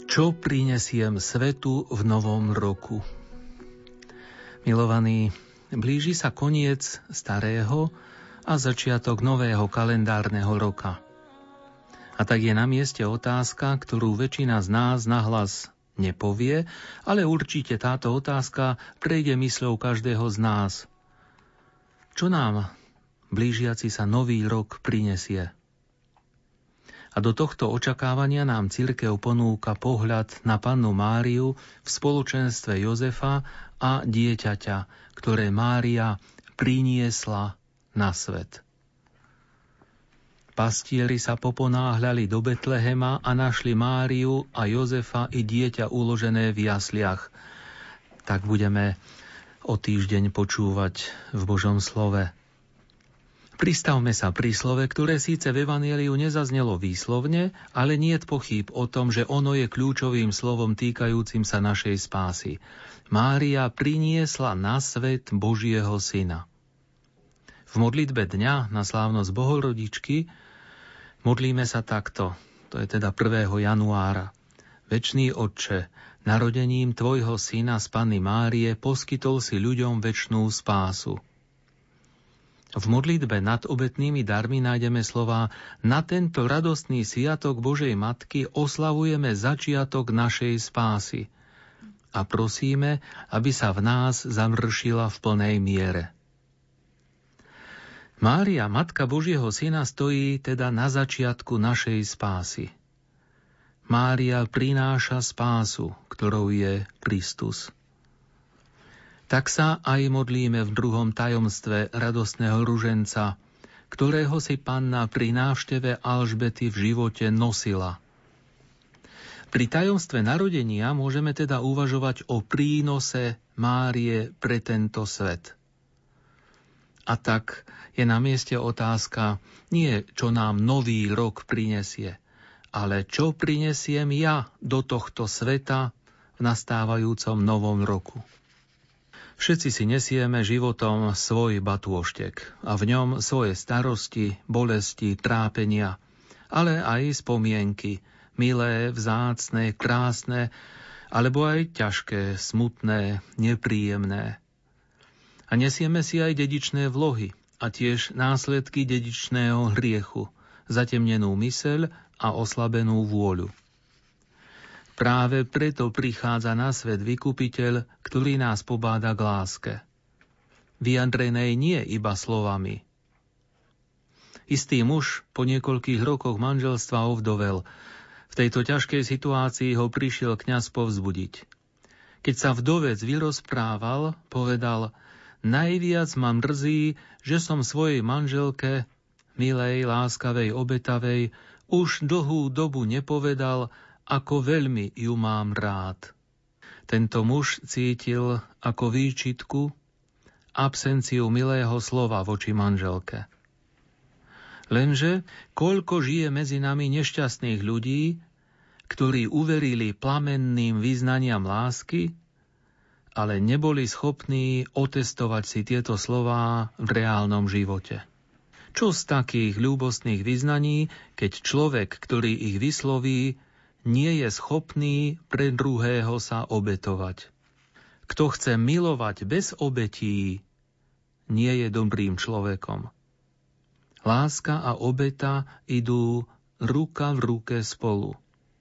Čo prinesiem svetu v novom roku? Milovaní, blíži sa koniec starého a začiatok nového kalendárneho roka. A tak je na mieste otázka, ktorú väčšina z nás nahlas nepovie, ale určite táto otázka prejde mysľou každého z nás. Čo nám blížiaci sa nový rok prinesie? A do tohto očakávania nám cirkev ponúka pohľad na pannu Máriu v spoločenstve Jozefa a dieťaťa, ktoré Mária priniesla na svet. Pastieri sa poponáhľali do Betlehema a našli Máriu a Jozefa i dieťa uložené v jasliach. Tak budeme o týždeň počúvať v Božom slove. Pristavme sa pri slove, ktoré síce v Evanjeliu nezaznelo výslovne, ale niet pochýb o tom, že ono je kľúčovým slovom týkajúcim sa našej spásy. Mária priniesla na svet Božieho syna. V modlitbe dňa na slávnosť Bohorodičky modlíme sa takto, to je teda 1. januára. Večný Otče, narodením Tvojho syna z Panny Márie poskytol si ľuďom večnú spásu. V modlitbe nad obetnými darmi nájdeme slová: na tento radostný sviatok Božej Matky oslavujeme začiatok našej spásy a prosíme, aby sa v nás zamršila v plnej miere. Mária, Matka Božieho Syna, stojí teda na začiatku našej spásy. Mária prináša spásu, ktorou je Kristus. Tak sa aj modlíme v druhom tajomstve radostného ruženca, ktorého si Panna pri návšteve Alžbety v živote nosila. Pri tajomstve narodenia môžeme teda uvažovať o prínose Márie pre tento svet. A tak je na mieste otázka nie, čo nám nový rok prinesie, ale čo prinesiem ja do tohto sveta v nastávajúcom novom roku. Všetci si nesieme životom svoj batôštek a v ňom svoje starosti, bolesti, trápenia, ale aj spomienky, milé, vzácne, krásne, alebo aj ťažké, smutné, nepríjemné. A nesieme si aj dedičné vlohy a tiež následky dedičného hriechu, zatemnenú myseľ a oslabenú vôľu. Práve preto prichádza na svet Vykupiteľ, ktorý nás pobáda k láske. Vyjadrenej nie iba slovami. Istý muž po niekoľkých rokoch manželstva ovdovel. V tejto ťažkej situácii ho prišiel kňaz povzbudiť. Keď sa vdovec vyrozprával, povedal: najviac ma mrzí, že som svojej manželke, milej, láskavej, obetavej, už dlhú dobu nepovedal, ako veľmi ju mám rád. Tento muž cítil ako výčitku absenciu milého slova voči manželke. Lenže koľko žije medzi nami nešťastných ľudí, ktorí uverili plamenným vyznaniam lásky, ale neboli schopní otestovať si tieto slová v reálnom živote. Čo z takých ľúbostných vyznaní, keď človek, ktorý ich vysloví, nie je schopný pre druhého sa obetovať? Kto chce milovať bez obetí, nie je dobrým človekom. Láska a obeta idú ruka v ruke spolu.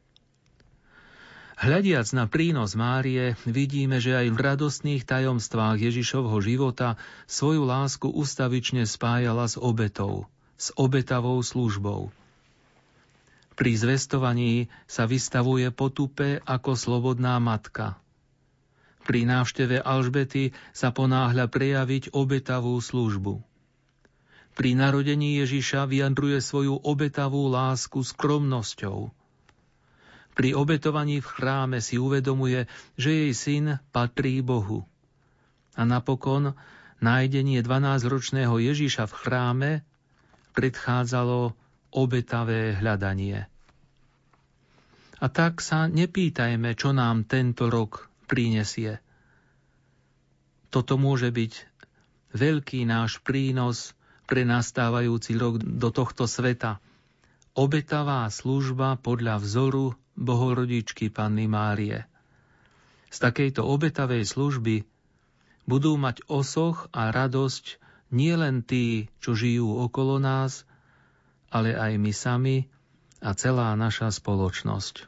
Hľadiac na prínos Márie, vidíme, že aj v radostných tajomstvách Ježišovho života svoju lásku ustavične spájala s obetou, s obetavou službou. Pri zvestovaní sa vystavuje potupe ako slobodná matka. Pri návšteve Alžbety sa ponáhľa prejaviť obetavú službu. Pri narodení Ježiša vyjadruje svoju obetavú lásku skromnosťou. Pri obetovaní v chráme si uvedomuje, že jej syn patrí Bohu. A napokon nájdenie 12-ročného Ježiša v chráme predchádzalo obetavé hľadanie. A tak sa nepýtajme, čo nám tento rok prinesie. Toto môže byť veľký náš prínos pre nastávajúci rok do tohto sveta. obetavá služba podľa vzoru Bohorodičky Panny Márie. Z takejto obetavej služby budú mať osoch a radosť nielen tí, čo žijú okolo nás, ale aj my sami a celá naša spoločnosť.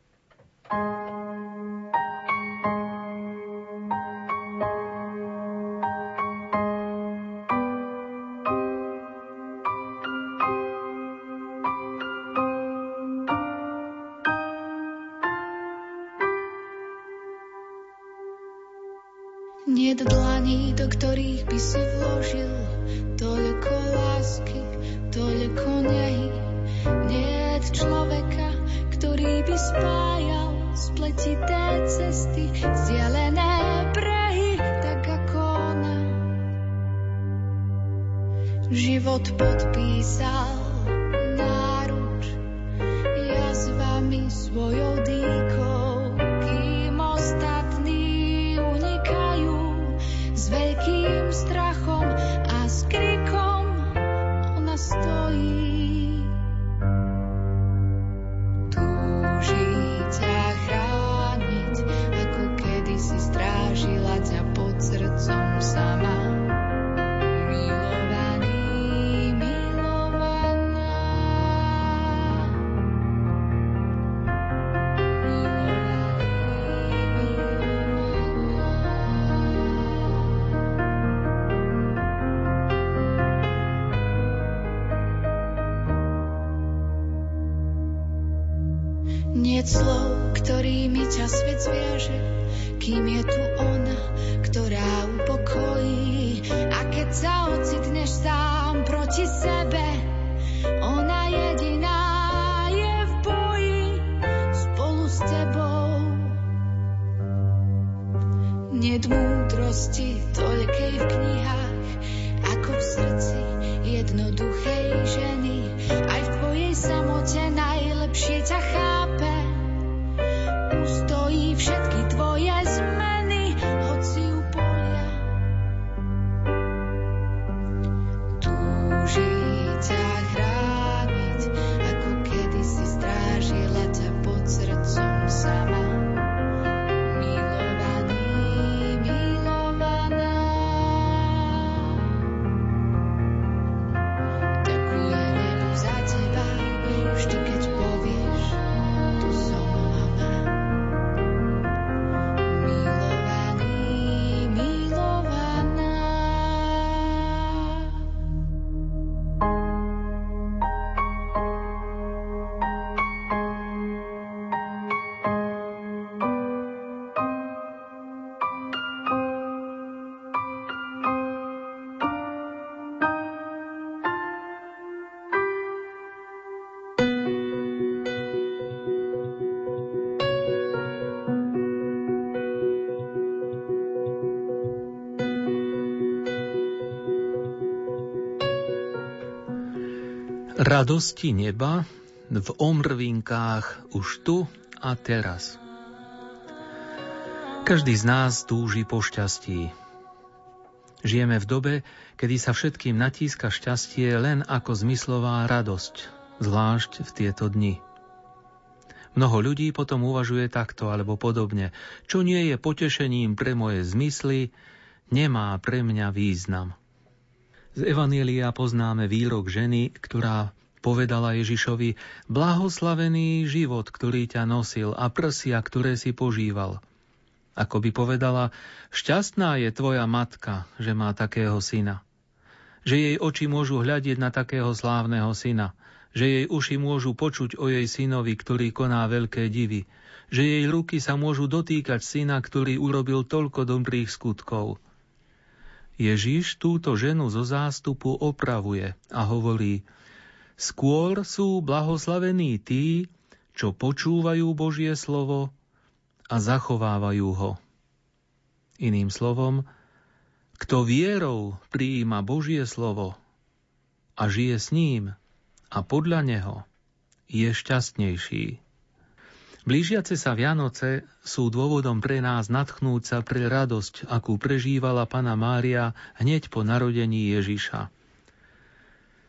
Niet dlaní, do ktorých by si vložil toľko lásky, toľko nehy. Niet človeka, ktorý by spájal spletité cesty, vzdialené brehy, tak ako ona. Život podpísal náruč jazvami svojou dýkou, kým ostatní unikajú s veľkým strachom a s krikom ona stojí. Túži ťa chrániť, ako kedysi strážila ťa pod srdcom sama. Milovaný, milovaná. Niet slov, ktorými ťa svet zviaže, kým je tu ona, ktorá upokojí. A keď sa ocitneš sám proti sebe, ona jediná je v boji spolu s tebou. Niet múdrosti toľkej v knihách, ako v srdci jednoduchej ženy. Aj v tvojej samote najlepšie ťa chápe, ustojí všetky tvoje zmeny, hoci ju bolia. Túži ťa chrániť, ako kedysi strážila ťa pod srdcom sama. Milovaný, milovaná. Ďakujem nebu za teba, vždy keď povieš, tu som ona. Milovaný, milovaná. Radosti neba v omrvinkách už tu a teraz. Každý z nás túži po šťastí. Žijeme v dobe, kedy sa všetkým natíska šťastie len ako zmyslová radosť, zvlášť v tieto dni. Mnoho ľudí potom uvažuje takto alebo podobne. Čo nie je potešením pre moje zmysly, nemá pre mňa význam. Z Evanielia poznáme výrok ženy, ktorá povedala Ježišovi: blahoslavený život, ktorý ťa nosil, a prsia, ktoré si požíval. Ako by povedala: šťastná je tvoja matka, že má takého syna. Že jej oči môžu hľadieť na takého slávneho syna. Že jej uši môžu počuť o jej synovi, ktorý koná veľké divy. Že jej ruky sa môžu dotýkať syna, ktorý urobil toľko dobrých skutkov. Ježiš túto ženu zo zástupu opravuje a hovorí: skôr sú blahoslavení tí, čo počúvajú Božie slovo a zachovávajú ho. Iným slovom, kto vierou prijíma Božie slovo a žije s ním a podľa neho, je šťastnejší. Blížiace sa Vianoce sú dôvodom pre nás nadchnúť sa pre radosť, akú prežívala Panna Mária hneď po narodení Ježiša.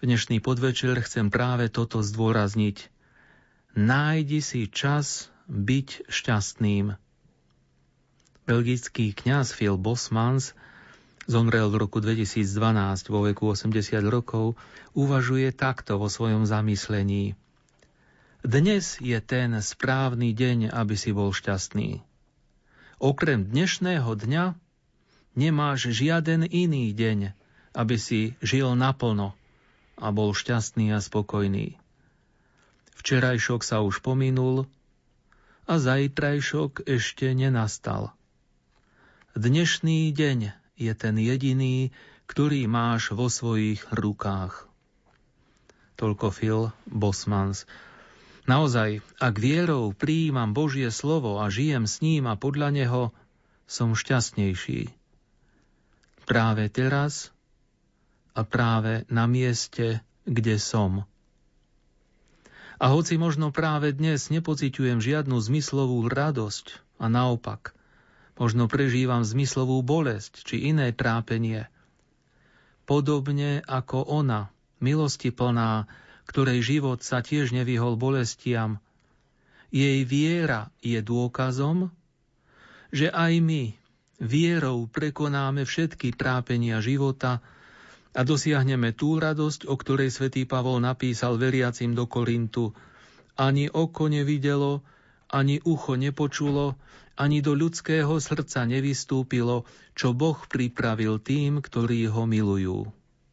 dnešný podvečer chcem práve toto zdôrazniť. Nájdi si čas byť šťastným. Belgický kňaz Phil Bosmans zomrel v roku 2012 vo veku 80 rokov, uvažuje takto vo svojom zamyslení. Dnes je ten správny deň, aby si bol šťastný. Okrem dnešného dňa nemáš žiaden iný deň, aby si žil naplno a bol šťastný a spokojný. Včerajšok sa už pominul a zajtrajšok ešte nenastal. Dnešný deň je ten jediný, ktorý máš vo svojich rukách. Toľko Phil Bosmans. Naozaj, ak vierou prijímam Božie slovo a žijem s ním a podľa neho, som šťastnejší. Práve teraz a práve na mieste, kde som. A hoci možno práve dnes nepociťujem žiadnu zmyslovú radosť a naopak, možno prežívam zmyslovú bolesť či iné trápenie, podobne ako ona, milostiplná, ktorej život sa tiež nevyhol bolestiam, jej viera je dôkazom, že aj my vierou prekonáme všetky trápenia života a dosiahneme tú radosť, o ktorej svätý Pavol napísal veriacim do Korintu. Ani oko nevidelo, ani ucho nepočulo, ani do ľudského srdca nevystúpilo, čo Boh pripravil tým, ktorí ho milujú.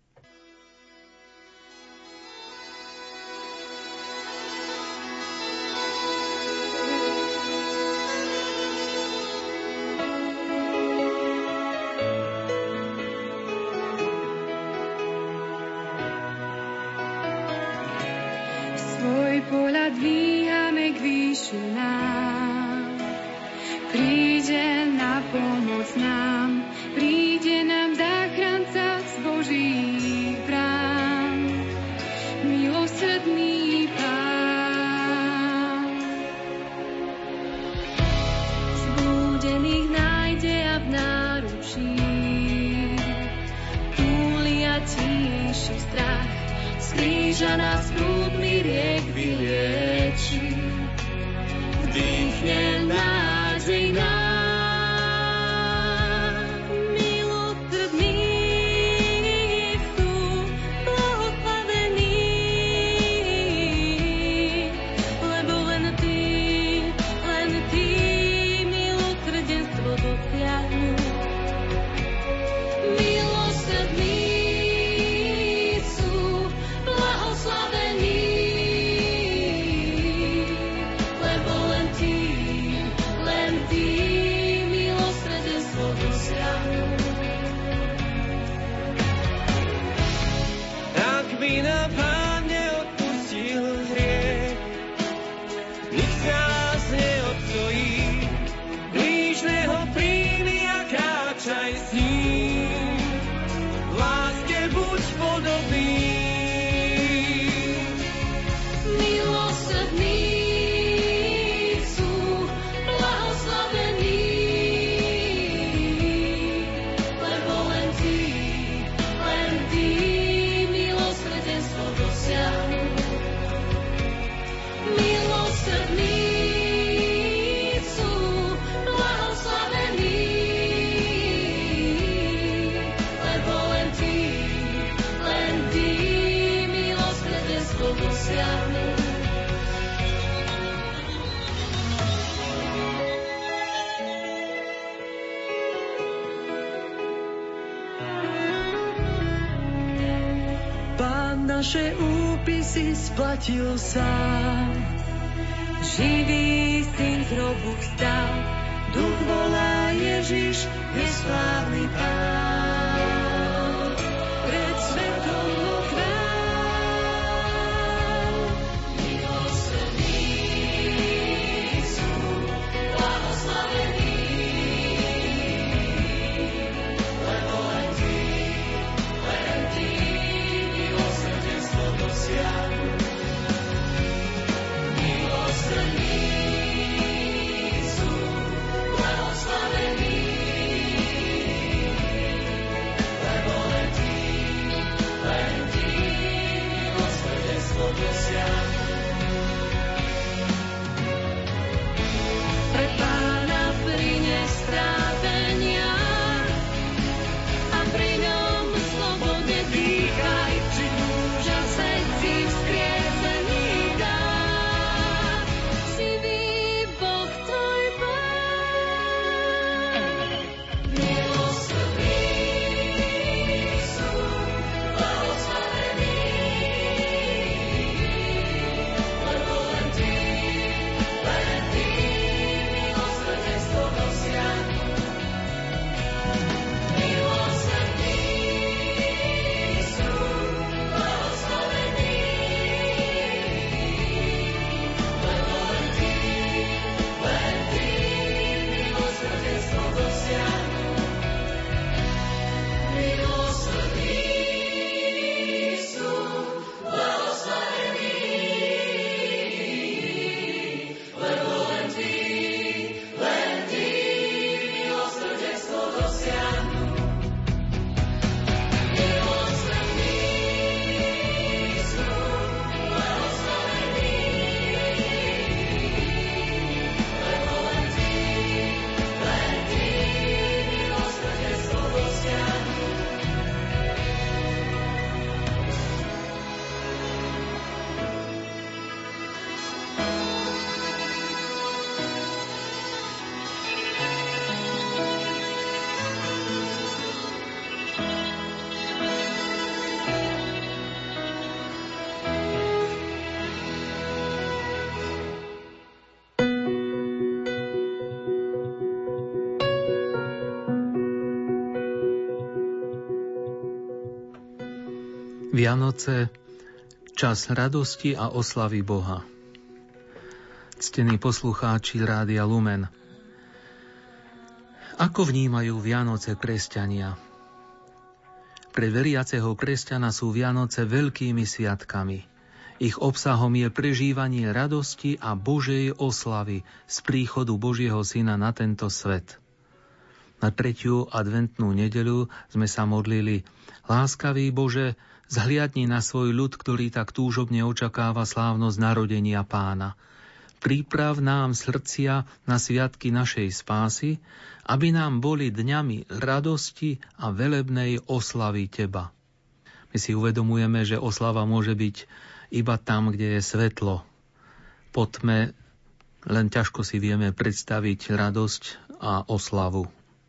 Naše úpisy splatil sám. Živý syn z hrobu vstal, duch volá Ježiš, je slávny Pán. Pred svetom ho chvál. Milosrdný sú blahoslavení, lebo len Ty milosrdenstvo dosiahnu. Milosrdný sú blahoslavení, Vianoce, čas radosti a oslavy Boha. Ctení poslucháči Rádia Lumen, ako vnímajú Vianoce kresťania? Pre veriaceho kresťana sú Vianoce veľkými sviatkami. Ich obsahom je prežívanie radosti a Božej oslavy z príchodu Božieho Syna na tento svet. Na 3. adventnú nedeľu sme sa modlili: Láskavý Bože, zhliadni na svoj ľud, ktorý tak túžobne očakáva slávnosť narodenia Pána. Priprav nám srdcia na sviatky našej spásy, aby nám boli dňami radosti a velebnej oslavy Teba. My si uvedomujeme, že oslava môže byť iba tam, kde je svetlo. Po tme len ťažko si vieme predstaviť radosť a oslavu.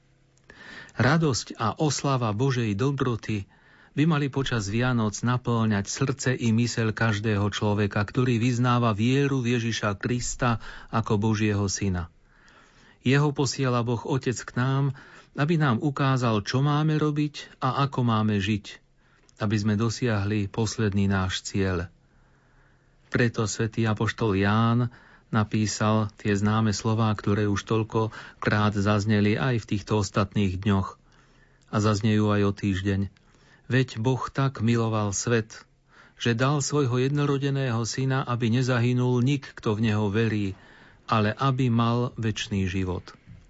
Radosť a oslava Božej dobroty by mali počas Vianoc napĺňať srdce i myseľ každého človeka, ktorý vyznáva vieru v Ježiša Krista ako Božieho Syna. Jeho posiela Boh Otec k nám, aby nám ukázal, čo máme robiť a ako máme žiť, aby sme dosiahli posledný náš cieľ. Preto svätý apoštol Ján napísal tie známe slová, ktoré už toľkokrát zazneli aj v týchto ostatných dňoch a zaznejú aj o týždeň. Veď Boh tak miloval svet, že dal svojho jednorodeného syna, aby nezahynul nik, kto v neho verí, ale aby mal večný život.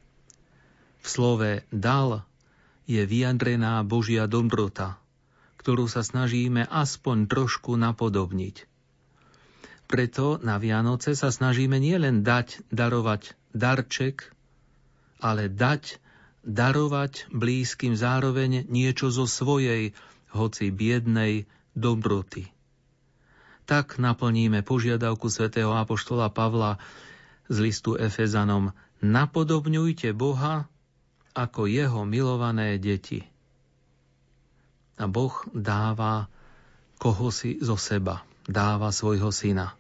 V slove dal je vyjadrená Božia dobrota, ktorú sa snažíme aspoň trošku napodobniť. Preto na Vianoce sa snažíme nielen darovať darček, ale darovať blízkym zároveň niečo zo svojej, hoci biednej, dobroty. Tak naplníme požiadavku svätého apoštola Pavla z listu Efezanom: napodobňujte Boha ako jeho milované deti. A Boh dáva kohosi zo seba, dáva svojho syna.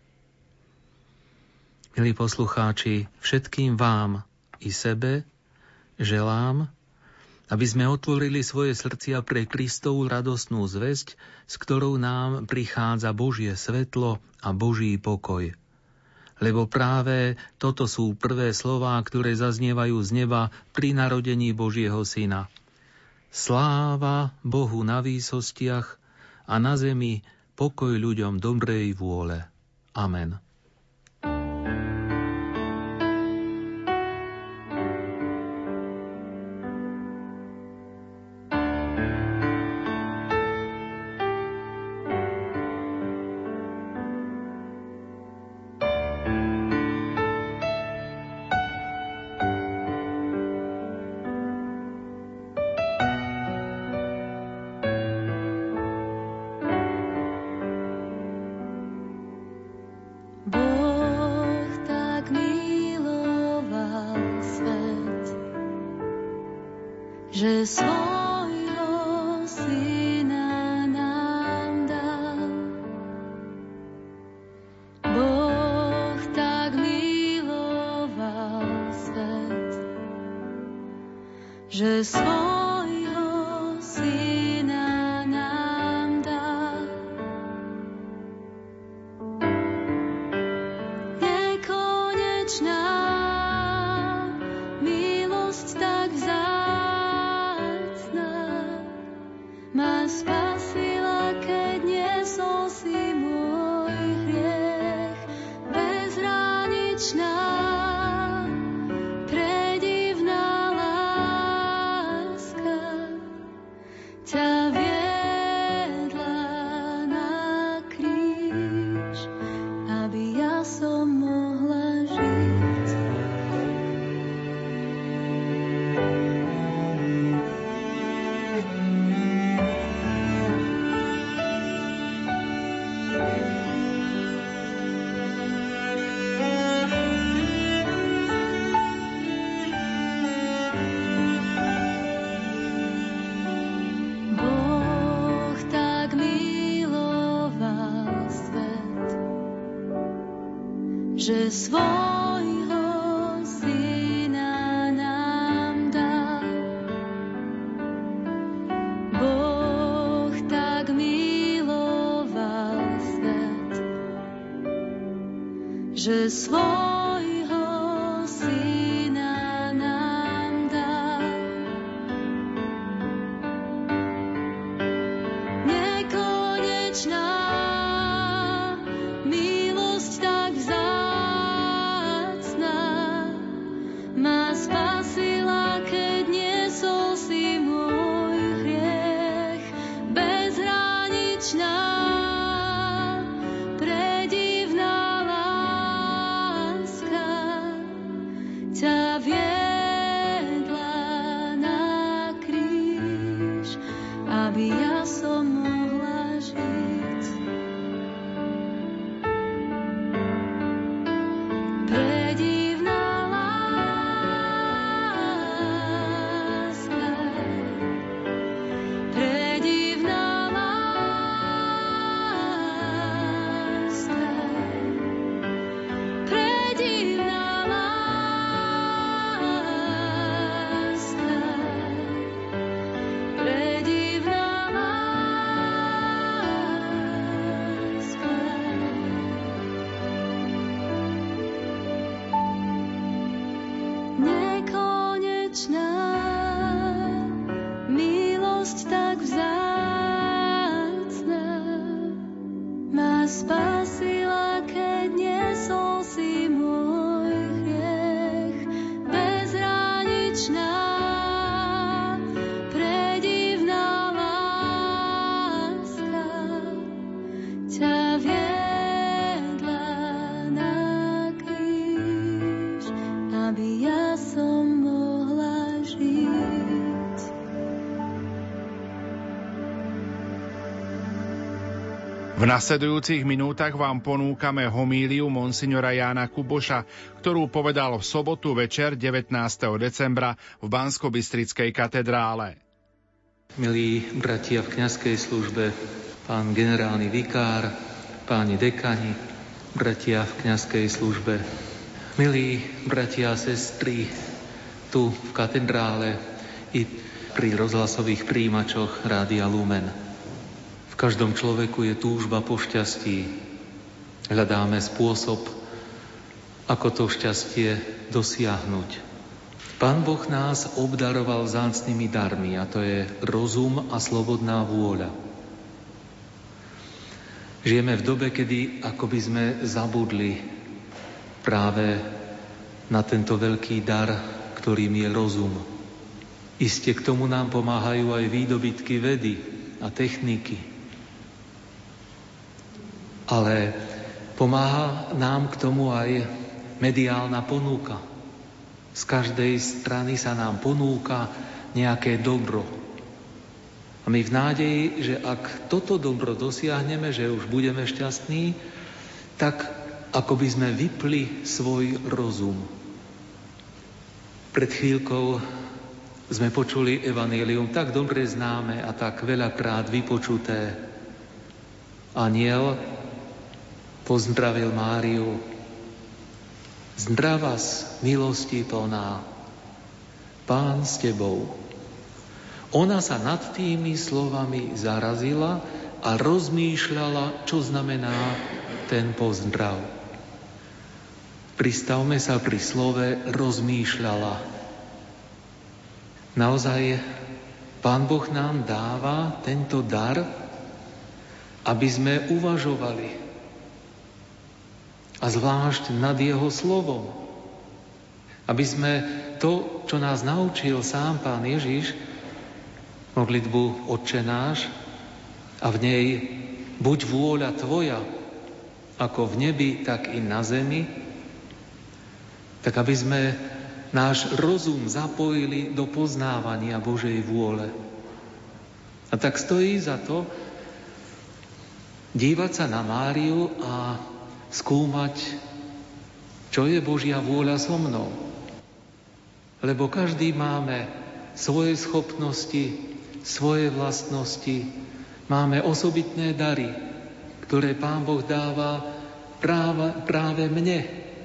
Milí poslucháči, všetkým vám i sebe želám, aby sme otvorili svoje srdcia pre Kristovú radostnú zvesť, s ktorou nám prichádza Božie svetlo a Boží pokoj. Lebo práve toto sú prvé slová, ktoré zaznievajú z neba pri narodení Božieho Syna. Sláva Bohu na výsostiach a na zemi pokoj ľuďom dobrej vôle. Amen. Že svojho syna nám dal. Boh tak miloval svet, že svojho syna nám dal. Nekonečná milosť tak ma spasila, keď niesol si môj hriech. Bezhraničná, predivná láska ťa viedla na kríž, aby ja som mohla žiť. Že svojho syna nám dal. Boh tak miloval že svojho syna nám dal. Nekonečná milosť tak vzácna ma spasila, keď niesol si môj hriech. Bezhraničná, predivná láska ťa viedla na kríž, aby ja som mohla žiť. Predivná láska, predivná láska, predivná láska, predivná láska. Nekonečná milosť tak vzácna ma spasila, keď niesol si môj hriech. Bezhraničná, predivná láska ťa viedla na kríž, aby ja som mohla žiť. V nasledujúcich minútach vám ponúkame homíliu monsignora Jána Kuboša, ktorú povedal v sobotu večer 19. decembra v Banskobystrickej katedrále. Milí bratia v kňazskej službe, pán generálny vikár, páni dekani, bratia v kňazskej službe, milí bratia a sestry tu v katedrále i pri rozhlasových príjimačoch Rádia Lumen. V každom človeku je túžba po šťastí. Hľadáme spôsob, ako to šťastie dosiahnuť. Pán Boh nás obdaroval vzácnymi darmi, a to je rozum a slobodná vôľa. Žijeme v dobe, kedy akoby sme zabudli práve na tento veľký dar, ktorým je rozum. Iste k tomu nám pomáhajú aj výdobytky vedy a techniky. Ale pomáha nám k tomu aj mediálna ponuka. Z každej strany sa nám ponúka nejaké dobro. A my v nádeji, že ak toto dobro dosiahneme, že už budeme šťastní, tak ako by sme vypli svoj rozum. Pred chvíľkou sme počuli evanjelium tak dobre známe a tak veľakrát vypočuté. Anjel pozdravil Máriu. Zdravás, milosti plná, Pán s tebou. Ona sa nad tými slovami zarazila a rozmýšľala, čo znamená ten pozdrav. Pristavme sa pri slove rozmýšľala. Naozaj Pán Boh nám dáva tento dar, aby sme uvažovali, a zvlášť nad jeho slovom. Aby sme to, čo nás naučil sám Pán Ježiš, modlitbu Otče náš, a v nej buď vôľa tvoja, ako v nebi, tak i na zemi, tak aby sme náš rozum zapojili do poznávania Božej vôle. A tak stojí za to dívať sa na Máriu a skúmať, čo je Božia vôľa so mnou. Lebo každý máme svoje schopnosti, svoje vlastnosti, máme osobitné dary, ktoré Pán Boh dáva práve mne.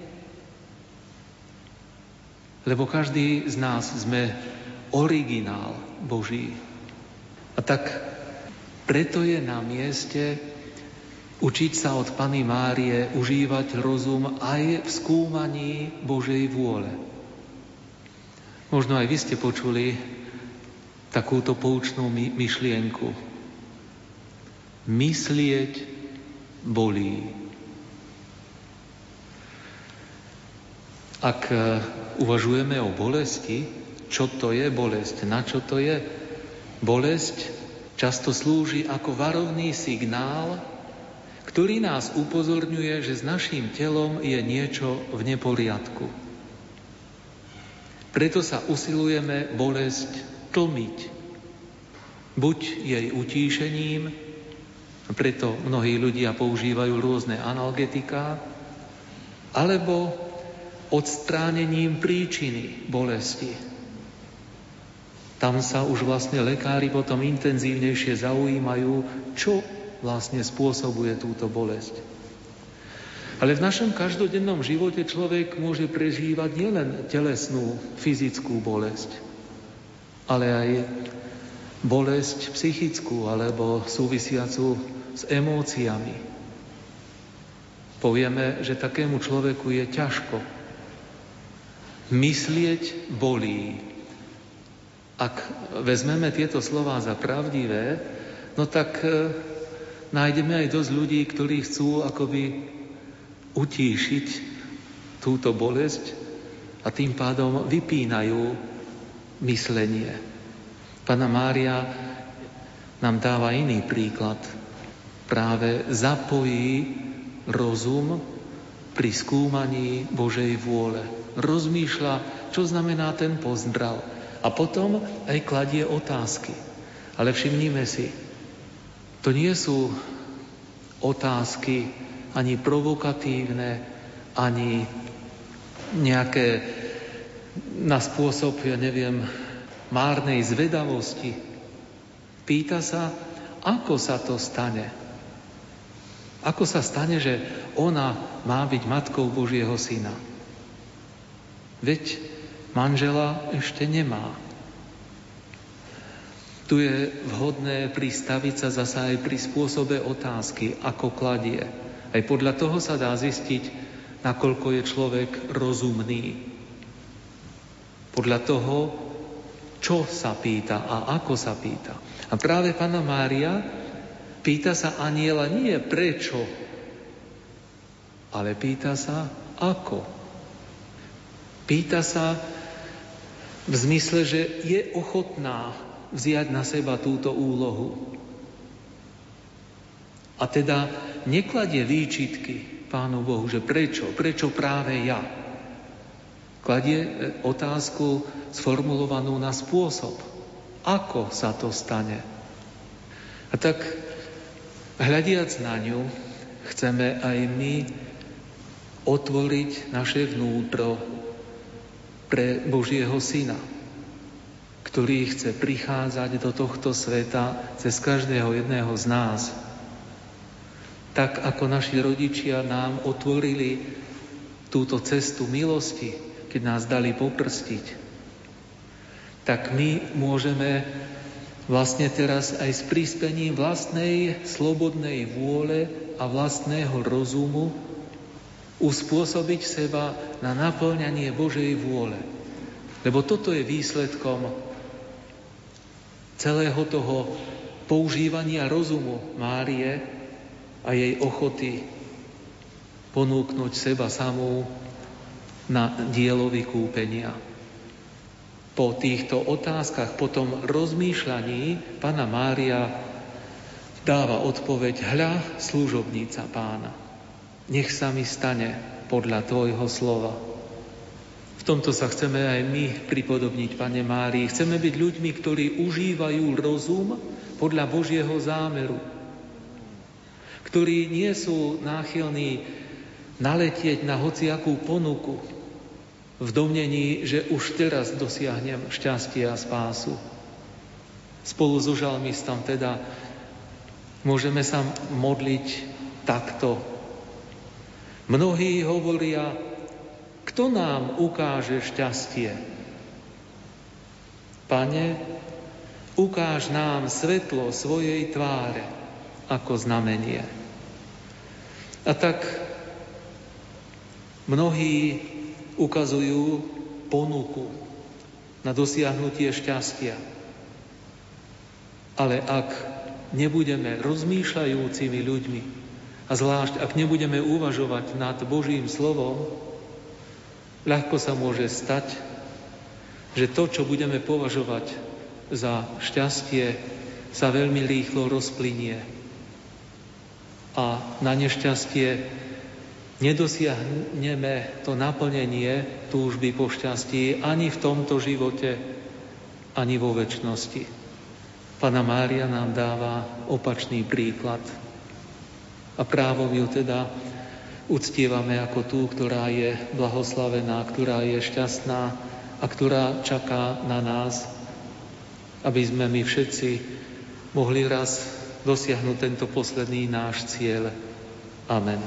Lebo každý z nás sme originál Boží. A tak preto je na mieste Učiť sa od Panny Márie užívať rozum aj v skúmaní Božej vôle. Možno aj vy ste počuli takúto poučnú myšlienku. Myslieť bolí. Ak uvažujeme o bolesti, čo to je bolesť, na čo to je? Bolesť často slúži ako varovný signál, ktorý nás upozorňuje, že s naším telom je niečo v neporiadku. Preto sa usilujeme bolesť tlmiť. Buď jej utíšením, preto mnohí ľudia používajú rôzne analgetiká, alebo odstránením príčiny bolesti. Tam sa už vlastne lekári potom intenzívnejšie zaujímajú, čo vlastne spôsobuje túto bolesť. Ale v našom každodennom živote človek môže prežívať nielen telesnú, fyzickú bolesť, ale aj bolesť psychickú alebo súvisiacu s emóciami. Povieme, že takému človeku je ťažko. Myslieť bolí. Ak vezmeme tieto slová za pravdivé, no tak nájdeme aj dosť ľudí, ktorí chcú akoby utíšiť túto bolesť a tým pádom vypínajú myslenie. Panna Mária nám dáva iný príklad. Práve zapojí rozum pri skúmaní Božej vôle. Rozmýšľa, čo znamená ten pozdrav. A potom aj kladie otázky. Ale všimnime si, to nie sú otázky ani provokatívne, ani nejaké na spôsob, márnej zvedavosti. Pýta sa, ako sa to stane. Ako sa stane, že ona má byť matkou Božieho syna. Veď manžela ešte nemá. Tu je vhodné pristaviť sa zasa aj pri spôsobe otázky, ako kladie. Aj podľa toho sa dá zistiť, nakoľko je človek rozumný. Podľa toho, čo sa pýta a ako sa pýta. A práve Panna Mária pýta sa anjela nie prečo, ale pýta sa ako. Pýta sa v zmysle, že je ochotná vziať na seba túto úlohu. A teda nekladie výčitky Pánu Bohu, že prečo práve ja. Kladie otázku sformulovanú na spôsob, ako sa to stane. A tak, hľadiac na ňu, chceme aj my otvoriť naše vnútro pre Božieho Syna, ktorý chce prichádzať do tohto sveta cez každého jedného z nás. Tak ako naši rodičia nám otvorili túto cestu milosti, keď nás dali poprstiť, tak my môžeme vlastne teraz aj s prispením vlastnej slobodnej vôle a vlastného rozumu uspôsobiť seba na naplňanie Božej vôle. Lebo toto je výsledkom celého toho používania rozumu Márie a jej ochoty ponúknuť seba samú na dielo vykúpenia. Po týchto otázkach, po tom rozmýšľaní Panna Mária dáva odpoveď: hľa, služobníca Pána, nech sa mi stane podľa tvojho slova. V tomto sa chceme aj my pripodobniť Panne Márii. Chceme byť ľuďmi, ktorí užívajú rozum podľa Božieho zámeru, ktorí nie sú náchylní naletieť na hociakú ponuku v domnení, že už teraz dosiahnem šťastie a spásu. Spolu so žalmistom teda môžeme sa modliť takto. Mnohí hovoria: kto nám ukáže šťastie? Pane, ukáž nám svetlo svojej tváre ako znamenie. A tak mnohí ukazujú ponuku na dosiahnutie šťastia. Ale ak nebudeme rozmýšľajúcimi ľuďmi a zvlášť ak nebudeme uvažovať nad Božím slovom, ľahko sa môže stať, že to, čo budeme považovať za šťastie, sa veľmi rýchlo rozplynie. A na nešťastie nedosiahneme to naplnenie túžby po šťastí ani v tomto živote, ani vo večnosti. Panna Mária nám dáva opačný príklad. A právom ju teda uctievame ako tú, ktorá je blahoslavená, ktorá je šťastná a ktorá čaká na nás, aby sme my všetci mohli raz dosiahnuť tento posledný náš cieľ. Amen.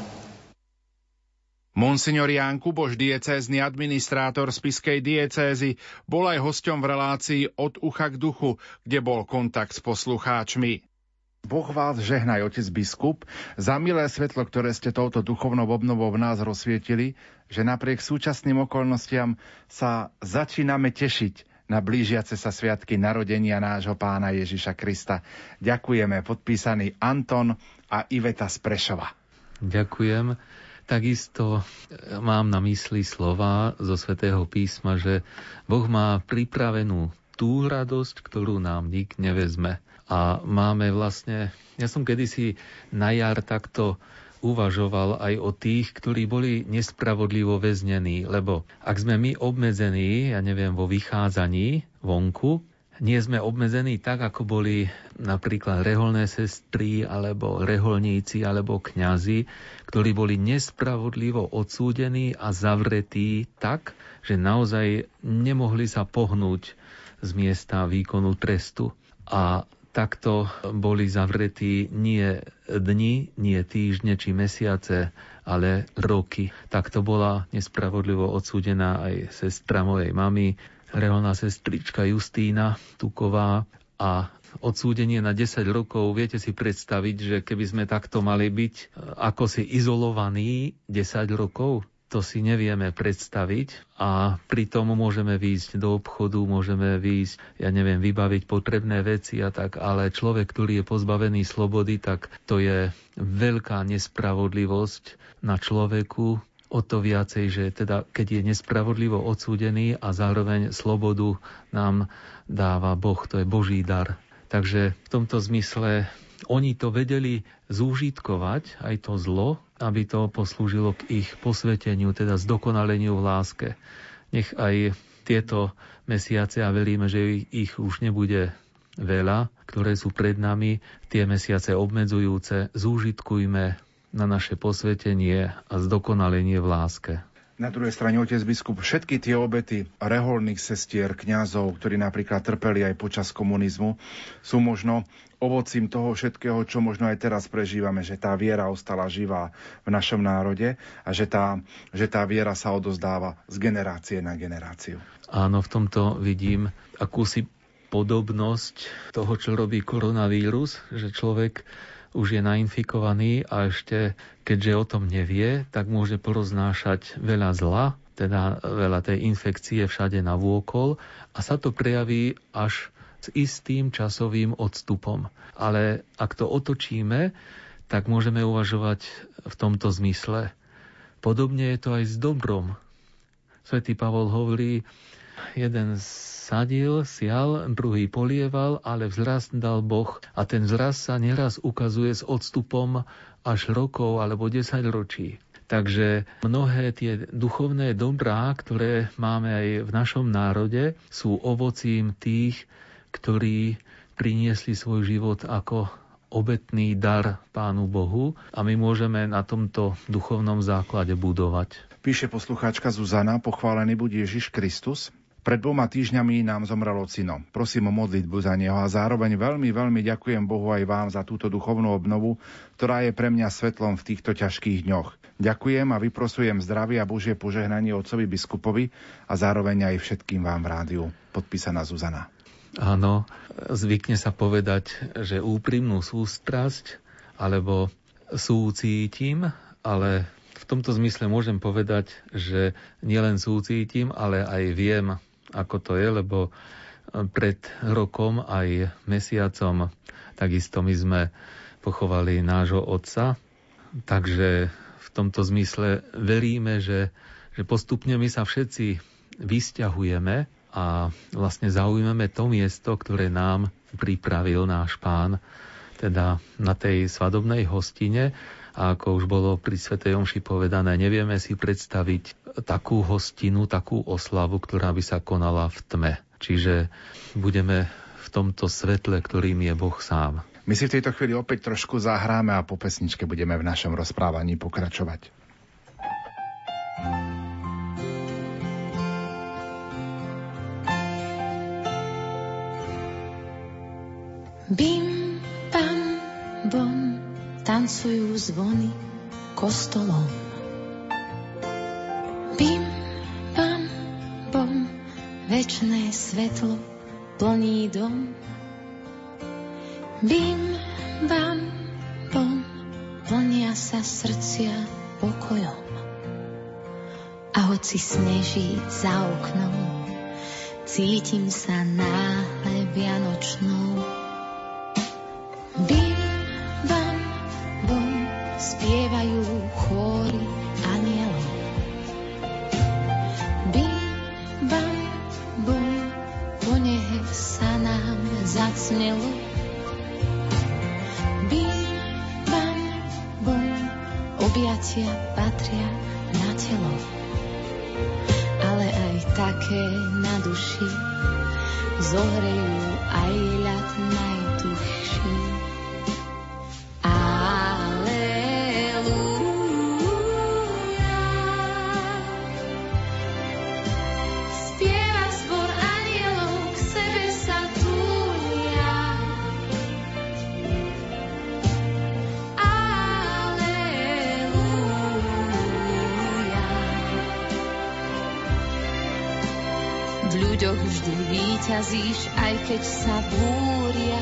Monsignor Ján Kuboš, diecézny administrátor spišskej diecézy, bol aj hosťom v relácii Od ucha k duchu, kde bol kontakt s poslucháčmi. Boh vás žehnaj, otec biskup, za milé svetlo, ktoré ste touto duchovnou obnovou v nás rozsvietili, že napriek súčasným okolnostiam sa začíname tešiť na blížiace sa sviatky narodenia nášho Pána Ježiša Krista. Ďakujeme, podpísaný Anton a Iveta z Prešova. Ďakujem. Takisto mám na mysli slova zo Svätého písma, že Boh má pripravenú tú radosť, ktorú nám nik nevezme. A máme vlastne, ja som kedysi na jar takto uvažoval aj o tých, ktorí boli nespravodlivo väznení, lebo ak sme my obmedzení, ja neviem, vo vychádzaní vonku, nie sme obmedzení tak, ako boli napríklad reholné sestry, alebo reholníci, alebo kňazi, ktorí boli nespravodlivo odsúdení a zavretí tak, že naozaj nemohli sa pohnúť z miesta výkonu trestu. A takto boli zavretí nie dni, nie týždne či mesiace, ale roky. Takto bola nespravodlivo odsúdená aj sestra mojej mamy, reholná sestrička Justína Tuková, a odsúdenie na 10 rokov, viete si predstaviť, že keby sme takto mali byť ako si izolovaní 10 rokov, to si nevieme predstaviť a pritom môžeme výjsť do obchodu, môžeme výjsť, ja neviem, vybaviť potrebné veci a tak, ale človek, ktorý je pozbavený slobody, tak to je veľká nespravodlivosť na človeku. O to viacej, že teda keď je nespravodlivo odsúdený a zároveň slobodu nám dáva Boh, to je Boží dar. Takže v tomto zmysle oni to vedeli zúžitkovať, aj to zlo, aby to poslúžilo k ich posveteniu, teda zdokonaleniu v láske. Nech aj tieto mesiace, a veríme, že ich už nebude veľa, ktoré sú pred nami, tie mesiace obmedzujúce, zúžitkujme na naše posvetenie a zdokonalenie v láske. Na druhej strane, otec biskup, všetky tie obety reholných sestier, kňazov, ktorí napríklad trpeli aj počas komunizmu, sú možno ovocím toho všetkého, čo možno aj teraz prežívame, že tá viera ostala živá v našom národe a že tá viera sa odozdáva z generácie na generáciu. Áno, v tomto vidím akúsi podobnosť toho, čo robí koronavírus, že človek už je nainfikovaný a ešte, keďže o tom nevie, tak môže poroznášať veľa zla, teda veľa tej infekcie všade navôkol a sa to prejaví až s istým časovým odstupom. Ale ak to otočíme, tak môžeme uvažovať v tomto zmysle. Podobne je to aj s dobrom. Svätý Pavol hovorí, jeden sadil, sial, druhý polieval, ale vzrast dal Boh. A ten vzrast sa neraz ukazuje s odstupom až rokov alebo 10 ročí. Takže mnohé tie duchovné dobrá, ktoré máme aj v našom národe, sú ovocím tých, ktorí priniesli svoj život ako obetný dar Pánu Bohu a my môžeme na tomto duchovnom základe budovať. Píše poslucháčka Zuzana, pochválený buď Ježiš Kristus. Pred 2 týždňami nám zomrel ocino. Prosím o modlitbu za neho a zároveň veľmi, veľmi ďakujem Bohu aj vám za túto duchovnú obnovu, ktorá je pre mňa svetlom v týchto ťažkých dňoch. Ďakujem a vyprosujem zdravie a Božie požehnanie otcovi biskupovi a zároveň aj všetkým vám v rádiu. Podpísaná Zuzana. Áno, zvykne sa povedať, že úprimnú sústrasť alebo súcítim ale v tomto zmysle môžem povedať, že nielen súcítim, ale aj viem, ako to je, lebo pred rokom aj mesiacom takisto my sme pochovali nášho otca, takže v tomto zmysle veríme, že postupne my sa všetci vysťahujeme a vlastne zaujmeme to miesto, ktoré nám pripravil náš Pán, teda na tej svadobnej hostine. A ako už bolo pri svätej omši povedané, nevieme si predstaviť takú hostinu, takú oslavu, ktorá by sa konala v tme. Čiže budeme v tomto svetle, ktorým je Boh sám. My si v tejto chvíli opäť trošku zahráme a po pesničke budeme v našom rozprávaní pokračovať. Bim, bam, bom, tancujú zvony kostolom. Bim, bam, bom, večné svetlo plní dom. Bim, bam, bom, plnia sa srdcia pokojom. A hoci sneží za oknom, cítim sa náhle vianočnou. Bim, bam, bom, spievajú chóry anielov. Bim, bam, bom, po nehe sa nám zacnelo. Bim, bam, bom, objatia patria na telo, ale aj také na duši zohrejú aj ľad najtuchší. V ľuďoch vždy víťazíš, aj keď sa búria.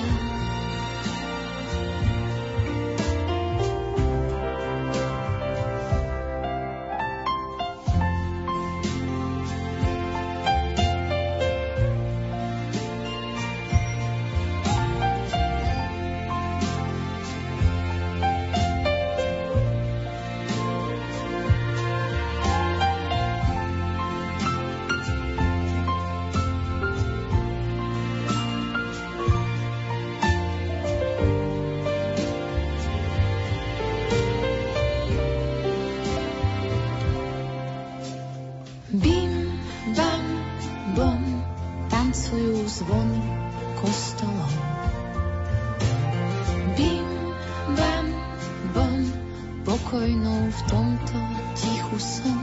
Zvony kostolom. Bim, bam, bom, pokojnou v tomto tichu som.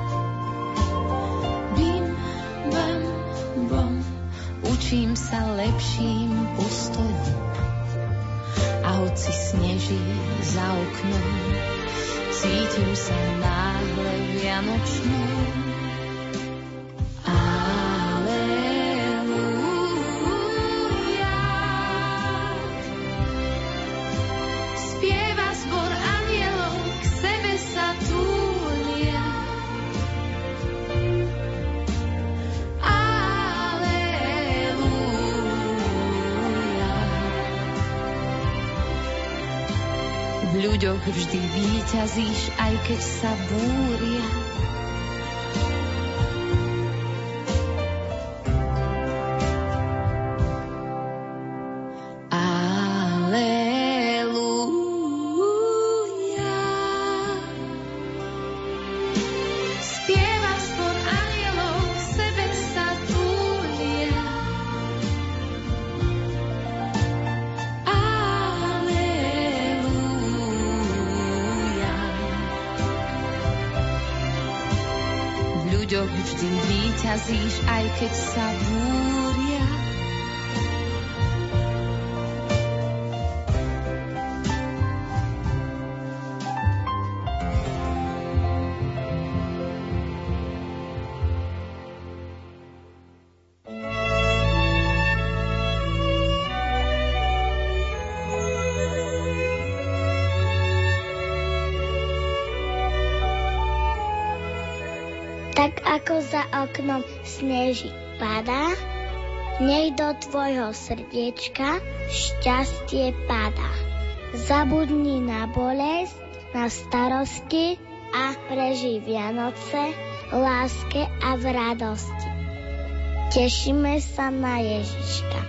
Bim, bam, bom, učím sa lepším postojom. A hoci sneží za oknom, cítim sa náhle vianočnou. V ľuďoch vždy víťazíš, aj keď sa búria. Vždy víťazíš, aj keď sa búria. Tak ako za oknom sneží padá, nech do tvojho srdiečka šťastie padá. Zabudni na bolesť, na starosti a prežij Vianoce v láske a v radosti. Tešíme sa na Ježiška.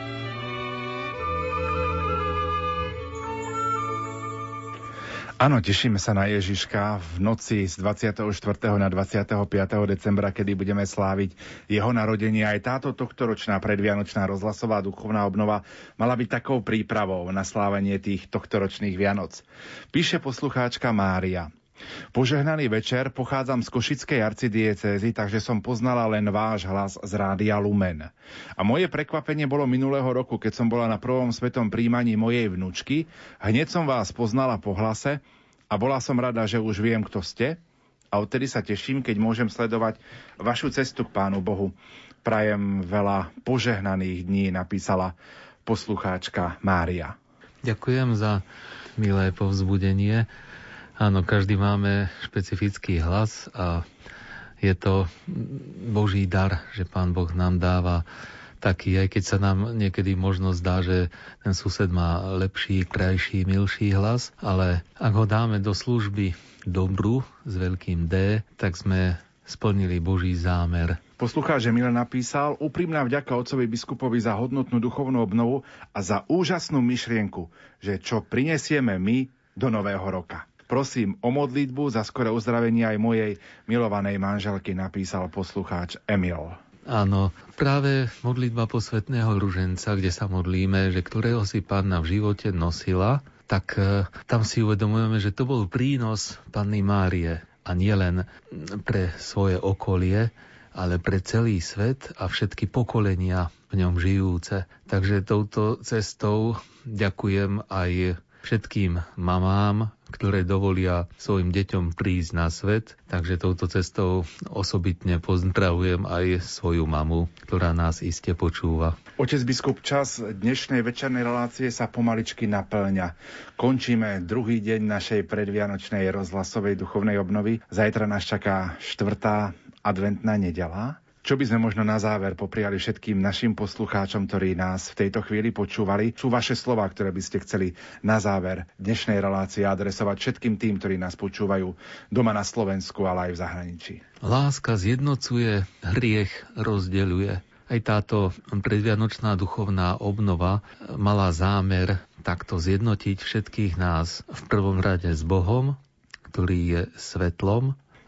Áno, tešíme sa na Ježiška v noci z 24. na 25. decembra, kedy budeme sláviť jeho narodenie. Aj táto tohtoročná predvianočná rozhlasová duchovná obnova mala byť takou prípravou na slávenie tých tohtoročných Vianoc. Píše poslucháčka Mária. Požehnaný večer, pochádzam z Košickej arcidiecézy, takže som poznala len váš hlas z Rádia Lumen. A moje prekvapenie bolo minulého roku, keď som bola na prvom svetom prijímaní mojej vnučky. Hneď som vás poznala po hlase a bola som rada, že už viem, kto ste. A odtedy sa teším, keď môžem sledovať vašu cestu k Pánu Bohu. Prajem veľa požehnaných dní, napísala poslucháčka Mária. Ďakujem za milé povzbudenie. Áno, každý máme špecifický hlas a je to Boží dar, že Pán Boh nám dáva taký, aj keď sa nám niekedy možno zdá, že ten sused má lepší, krajší, milší hlas, ale ak ho dáme do služby dobru s veľkým D, tak sme splnili Boží zámer. Poslucháč Emil napísal: úprimná vďaka otcovi biskupovi za hodnotnú duchovnú obnovu a za úžasnú myšlienku, že čo prinesieme my do nového roka. Prosím o modlitbu za skoré uzdravenie aj mojej milovanej manželky, napísal poslucháč Emil. Áno, práve modlitba posvätného ruženca, kde sa modlíme, že ktorého si Panna v živote nosila, tak tam si uvedomujeme, že to bol prínos Panny Márie. A nie len pre svoje okolie, ale pre celý svet a všetky pokolenia v ňom žijúce. Takže touto cestou ďakujem aj všetkým mamám, ktoré dovolia svojim deťom prísť na svet. Takže touto cestou osobitne pozdravujem aj svoju mamu, ktorá nás iste počúva. Otec biskup, čas dnešnej večernej relácie sa pomaličky naplňa. Končíme druhý deň našej predvianočnej rozhlasovej duchovnej obnovy. Zajtra nás čaká 4. adventná nedeľa. Čo by sme možno na záver popriali všetkým našim poslucháčom, ktorí nás v tejto chvíli počúvali? Sú vaše slová, ktoré by ste chceli na záver dnešnej relácie adresovať všetkým tým, ktorí nás počúvajú doma na Slovensku, ale aj v zahraničí. Láska zjednocuje, hriech rozdeľuje. Aj táto predvianočná duchovná obnova mala zámer takto zjednotiť všetkých nás v prvom rade s Bohom, ktorý je svetlom,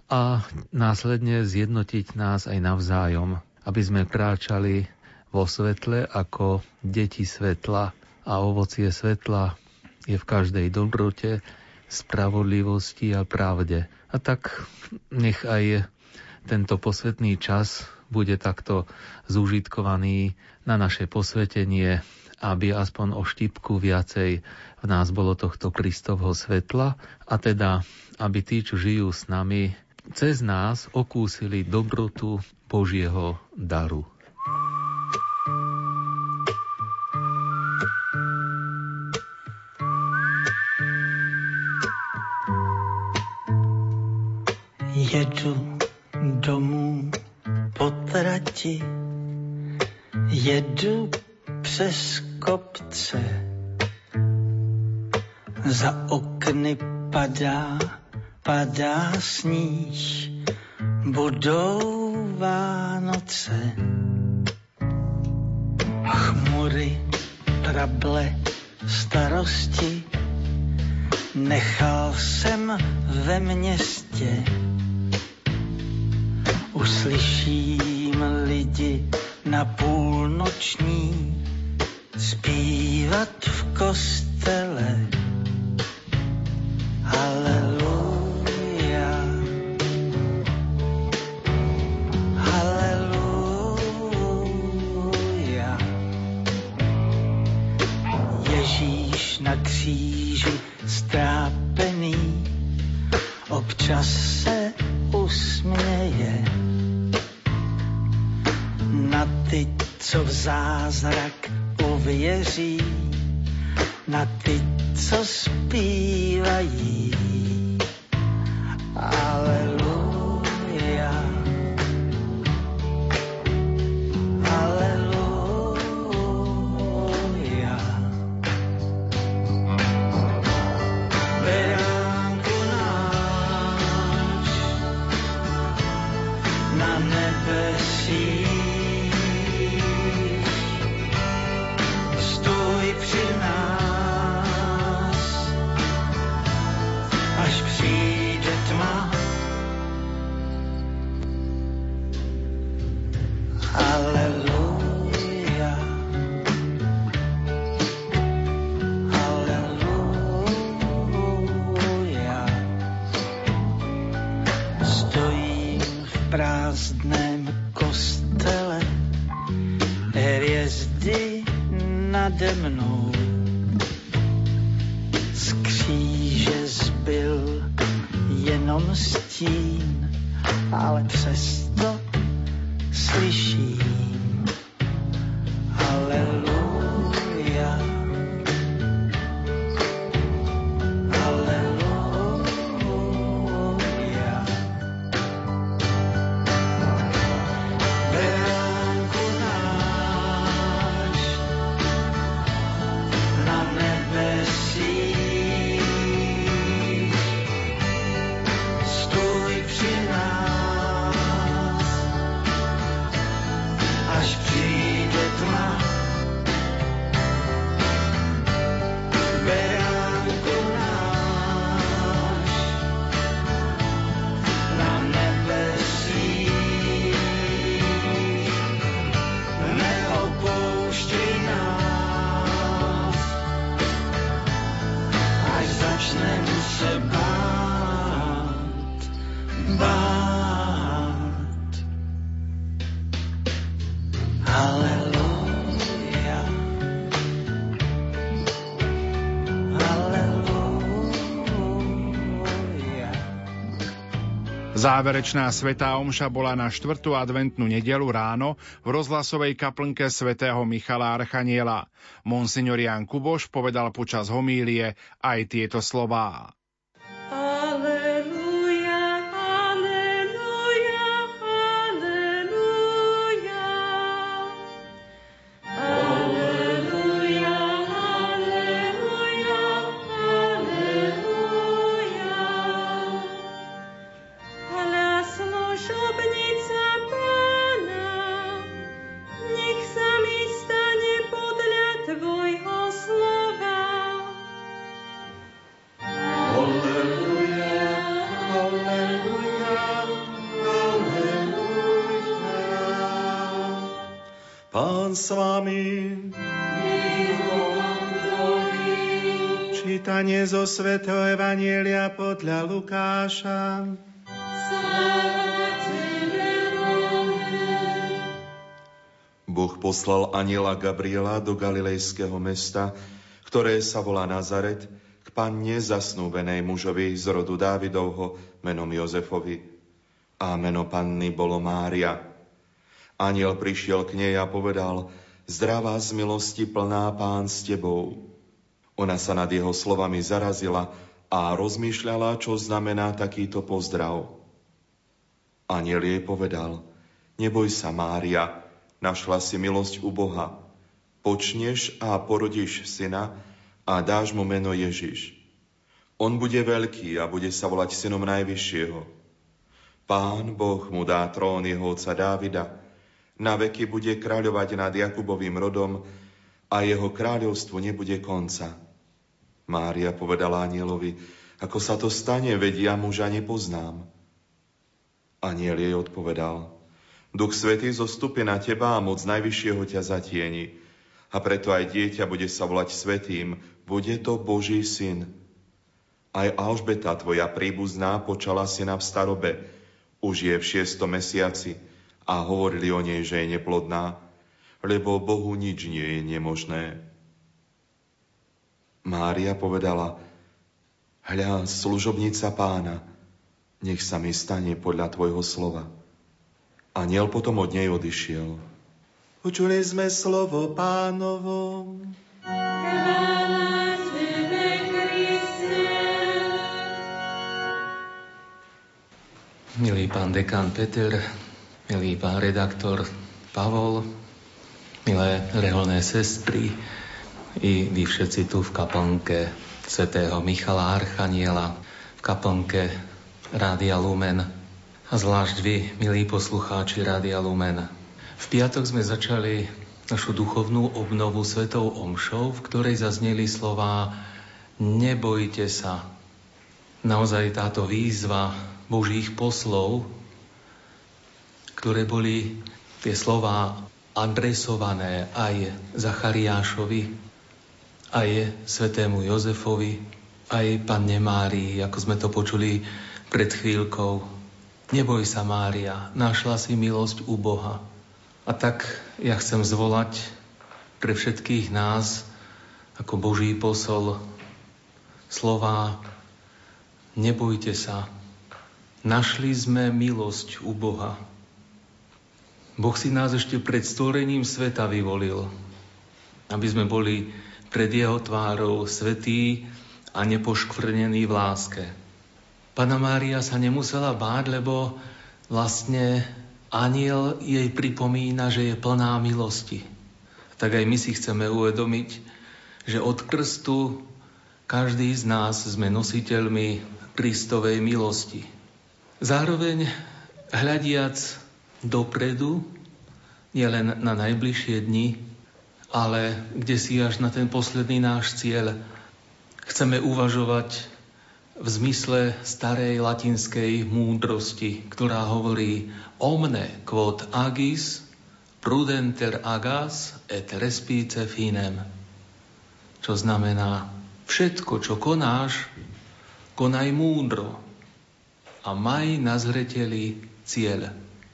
a následne zjednotiť nás aj navzájom, aby sme kráčali vo svetle ako deti svetla. A ovocie svetla je v každej dobrote, spravodlivosti a pravde. A tak nech aj tento posvetný čas bude takto zúžitkovaný na naše posvetenie, aby aspoň o štipku viacej v nás bolo tohto Kristovho svetla, a teda, aby tí, čo žijú s nami, cez nás okúsili dobrotu Božieho daru. Jedu domů po trati, jedu přes kopce, za okny padá sníh, budou Vánoce. Chmury, trable, starosti nechal jsem ve městě. Uslyším lidi na půlnoční zpívat v kostele. Haleluja, haleluja. Ježíš na kříži strápený občas se usměje na ty, co v zázrak uvěří, na ty, co zpívají. Aleluja, nade mnou. Z kříže zbyl jenom stín, ale přesto slyším haleluja, haleluja. Beránku náš na nebesích, stůj při nás, až přijde tma. Beránku náš na nebesích, neopouštěj nás, až začnem se bát. Haleluja, haleluja. Záverečná svätá omša bola na 4. adventnú nedeľu ráno v rozhlasovej kaplnke svätého Michala Archaniela. Monsignor Ján Kuboš povedal počas homílie aj tieto slová. Aleluja, aleluja, aleluja. Aleluja, aleluja, aleluja. Hľa služobnica Pána, nech sa mi stane podľa tvojho slova. Halleluja, halleluja, halleluja. Pán s vami. Čítanie zo svätého Evanjelia podľa Lukáša. Boh poslal anjela Gabriela do galilejského mesta, ktoré sa volá Nazaret, k panne zasnúbenej mužovi z rodu Dávidovho menom Jozefovi. A meno panny bolo Mária. Anjel prišiel k nej a povedal: Zdravá z milosti plná, Pán s tebou. Ona sa nad jeho slovami zarazila a rozmýšľala, čo znamená takýto pozdrav. Anjel jej povedal: Neboj sa, Mária, našla si milosť u Boha. Počneš a porodíš syna a dáš mu meno Ježiš. On bude veľký a bude sa volať synom Najvyššieho. Pán Boh mu dá trón jeho otca Dávida. Na veky bude kráľovať nad Jakubovým rodom a jeho kráľovstvu nebude konca. Mária povedala anjelovi: Ako sa to stane, veď ja muža nepoznám. Anjel jej odpovedal: Duch Svätý zostupí na teba a moc Najvyššieho ťa zatieni. A preto aj dieťa bude sa volať Svätým, bude to Boží syn. Aj Alžbeta, tvoja príbuzná, počala syna v starobe. Už je v 6. mesiaci a hovorili o nej, že je neplodná, lebo Bohu nič nie je nemožné. Mária povedala: Hľa, služobnica Pána, nech sa mi stane podľa tvojho slova. Anjel potom od nej odišiel. Počuli sme slovo Pánovo. Chvála tebe, Kriste. Milý pán dekán Peter, milý pán redaktor Pavol, milé reholné sestry i vy všetci tu v kaplnke svätého Michala Archaniela, v kaplnke Rádia Lumen a zvlášť vy, milí poslucháči Rádia Lumen. V piatok sme začali našu duchovnú obnovu svetou omšou, v ktorej zazneli slová Nebojte sa. Naozaj táto výzva Božích poslov, ktoré boli tie slová adresované aj Zachariášovi, aj svätému Jozefovi, aj panne Márii, ako sme to počuli pred chvíľkou. Neboj sa, Mária, našla si milosť u Boha. A tak ja chcem zvolať pre všetkých nás ako Boží posol slová: nebojte sa, našli sme milosť u Boha. Boh si nás ešte pred stvorením sveta vyvolil, aby sme boli pred jeho tvárou svätí a nepoškvrnení v láske. Panna Mária sa nemusela báť, lebo vlastne anjel jej pripomína, že je plná milosti. Tak aj my si chceme uvedomiť, že od krstu každý z nás sme nositeľmi Kristovej milosti. Zároveň hľadiac dopredu, nielen na najbližšie dni, ale kde si až na ten posledný náš cieľ, chceme uvažovať v zmysle starej latinskej múdrosti, ktorá hovorí: omne quod agis, prudenter agas et respice finem. Čo znamená, všetko, čo konáš, konaj múdro a maj na zreteli cieľ.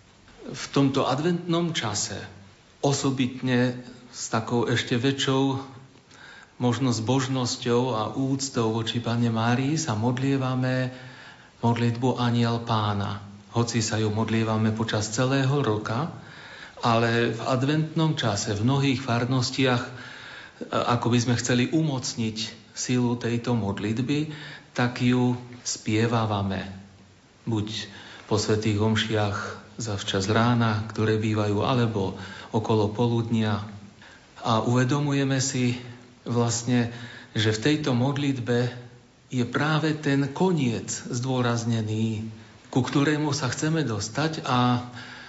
V tomto adventnom čase, osobitne s takou ešte väčšou možno zbožnosťou a úctou voči Panne Márii, sa modlievame modlitbu Anjel Pána. Hoci sa ju modlievame počas celého roka, ale v adventnom čase v mnohých farnostiach, ako by sme chceli umocniť silu tejto modlitby, tak ju spievávame. Buď po svätých omšiach zavčas rána, ktoré bývajú, alebo okolo poludnia. A uvedomujeme si vlastne, že v tejto modlitbe je práve ten koniec zdôraznený, ku ktorému sa chceme dostať, a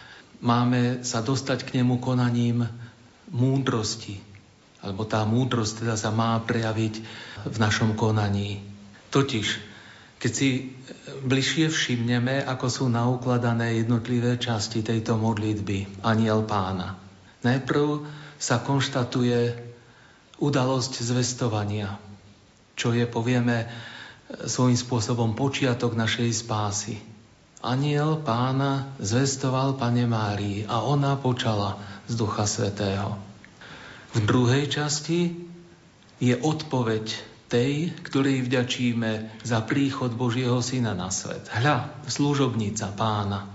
máme sa dostať k nemu konaním múdrosti. Alebo tá múdrosť teda sa má prejaviť v našom konaní. Totiž, keď si bližšie všimneme, ako sú naukladané jednotlivé časti tejto modlitby Anjel Pána. Najprv sa konštatuje udalosť zvestovania, čo je, povieme, svojím spôsobom počiatok našej spásy. Anjel Pána zvestoval Panne Márii a ona počala z Ducha Svätého. V druhej časti je odpoveď tej, ktorej vďačíme za príchod Božieho Syna na svet. Hľa, služobnica Pána.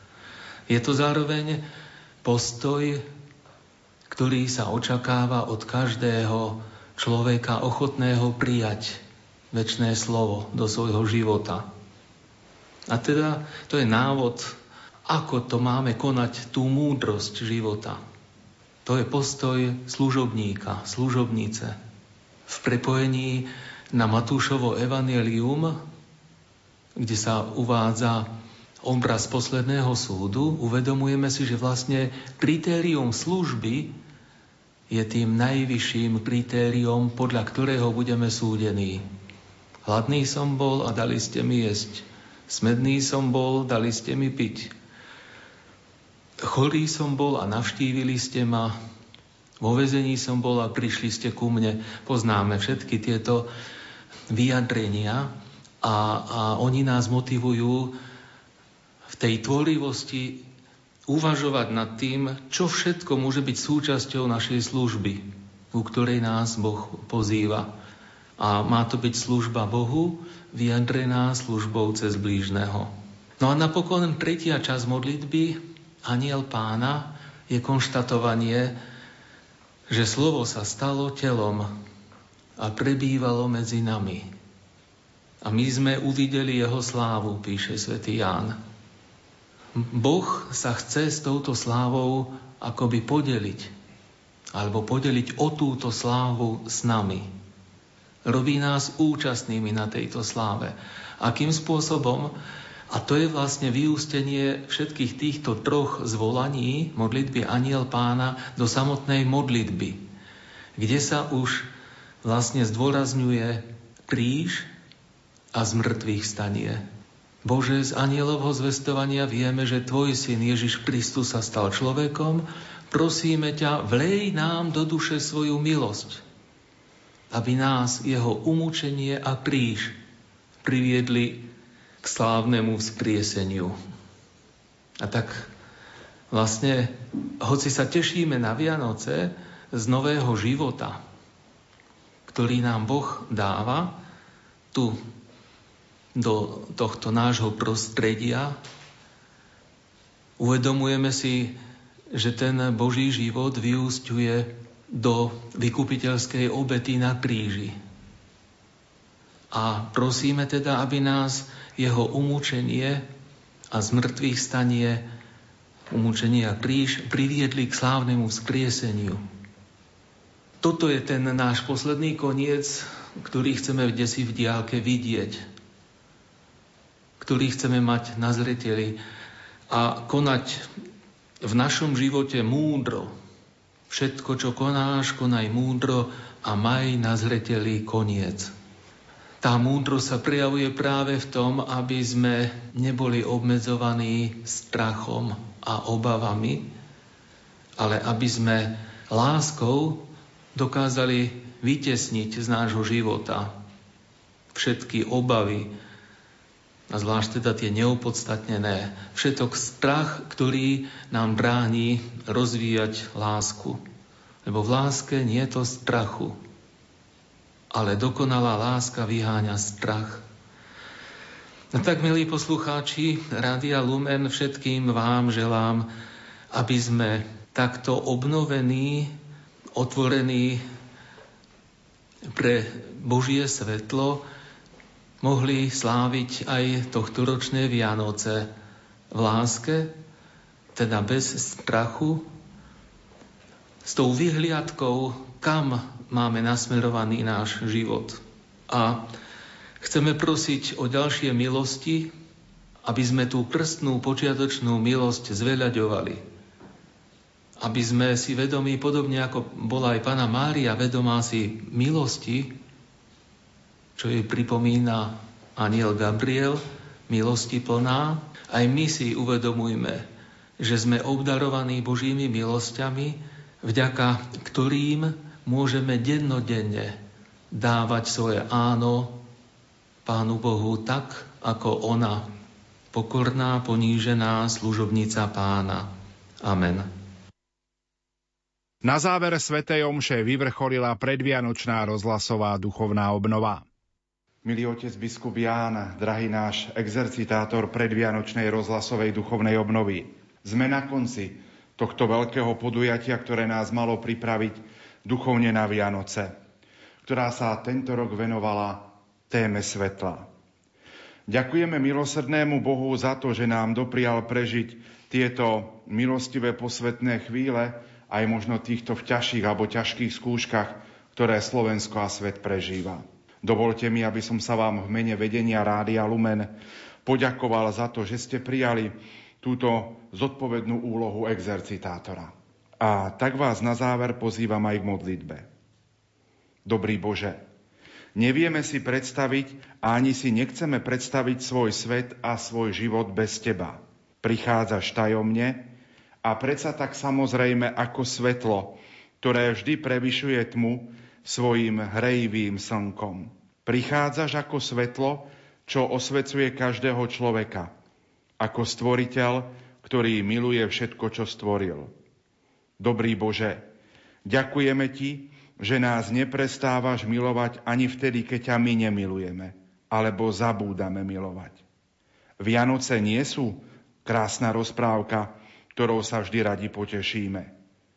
Je to zároveň postoj, ktorý sa očakáva od každého človeka ochotného prijať večné slovo do svojho života. A teda to je návod, ako to máme konať tú múdrosť života. To je postoj služobníka, služobnice. V prepojení na Matúšovo evanjelium, kde sa uvádza obraz posledného súdu, uvedomujeme si, že vlastne kritérium služby je tým najvyšším kritériom, podľa ktorého budeme súdení. Hladný som bol a dali ste mi jesť. Smedný som bol, dali ste mi piť. Chorý som bol a navštívili ste ma. Vo väzení som bol a prišli ste ku mne. Poznáme všetky tieto vyjadrenia a oni nás motivujú v tej tvorivosti uvažovať nad tým, čo všetko môže byť súčasťou našej služby, ku ktorej nás Boh pozýva. A má to byť služba Bohu, vyjadrená službou cez blížneho. No a napokon tretia časť modlitby, Anjel Pána, je konštatovanie, že slovo sa stalo telom a prebývalo medzi nami. A my sme uvideli jeho slávu, píše svätý Ján. Boh sa chce s touto slávou akoby podeliť, alebo podeliť o túto slávu s nami. Robí nás účastnými na tejto sláve. Akým spôsobom? A to je vlastne vyústenie všetkých týchto troch zvolaní modlitby Anjel Pána do samotnej modlitby, kde sa už vlastne zdôrazňuje kríž a zmrtvých stanie. Bože, z anjelovho zvestovania vieme, že Tvoj syn Ježiš Kristus sa stal človekom. Prosíme ťa, vlej nám do duše svoju milosť, aby nás jeho umúčenie a kríž priviedli k slávnemu vzkrieseniu. A tak vlastne, hoci sa tešíme na Vianoce, z nového života, ktorý nám Boh dáva tu do tohto nášho prostredia, uvedomujeme si, že ten Boží život vyúsťuje do vykupiteľskej obety na kríži. A prosíme teda, aby nás jeho umúčenie a zmrtvých stanie, umúčenie a kríž priviedli k slávnemu vzkrieseniu. Toto je ten náš posledný koniec, ktorý chceme kdesi v diaľke vidieť, ktorý chceme mať na zreteli a konať v našom živote múdro. Všetko, čo konáš, konaj múdro a maj na zreteli koniec. Tá múdrosť sa prejavuje práve v tom, aby sme neboli obmedzovaní strachom a obavami, ale aby sme láskou dokázali vytesniť z nášho života všetky obavy, a zvlášť teda tie neopodstatnené, všetok strach, ktorý nám bráni rozvíjať lásku. Lebo v láske nie je to strachu, ale dokonalá láska vyháňa strach. No tak, milí poslucháči Rádia Lumen, všetkým vám želám, aby sme takto obnovení, otvorení pre Božie svetlo, mohli sláviť aj tohtoročné Vianoce v láske, teda bez strachu, s tou vyhliadkou, kam máme nasmerovaný náš život. A chceme prosiť o ďalšie milosti, aby sme tú krstnú počiatočnú milosť zveľaďovali. Aby sme si vedomí, podobne ako bola aj Panna Mária vedomá si milosti, čo jej pripomína anjel Gabriel, milosti plná, aj my si uvedomujme, že sme obdarovaní Božími milosťami, vďaka ktorým môžeme dennodenne dávať svoje áno Pánu Bohu tak, ako ona, pokorná, ponížená služobnica Pána. Amen. Na záver svätej omše vyvrcholila predvianočná rozhlasová duchovná obnova. Milý otec biskup Ján, drahý náš exercitátor predvianočnej rozhlasovej duchovnej obnovy, sme na konci tohto veľkého podujatia, ktoré nás malo pripraviť duchovne na Vianoce, ktorá sa tento rok venovala téme svetla. Ďakujeme milosrdnému Bohu za to, že nám doprial prežiť tieto milostivé posvetné chvíle, aj možno týchto v ťažších alebo ťažkých skúškach, ktoré Slovensko a svet prežíva. Dovolte mi, aby som sa vám v mene vedenia Rádia Lumen poďakoval za to, že ste prijali túto zodpovednú úlohu exercitátora. A tak vás na záver pozývam aj k modlitbe. Dobrý Bože, nevieme si predstaviť a ani si nechceme predstaviť svoj svet a svoj život bez Teba. Prichádzaš tajomne a predsa tak samozrejme ako svetlo, ktoré vždy prevyšuje tmu svojim hrejivým slnkom. Prichádzaš ako svetlo, čo osvecuje každého človeka, ako stvoriteľ, ktorý miluje všetko, čo stvoril. Dobrý Bože, ďakujeme Ti, že nás neprestávaš milovať ani vtedy, keď ťa my nemilujeme, alebo zabúdame milovať. Vianoce nie sú krásna rozprávka, ktorou sa vždy radi potešíme.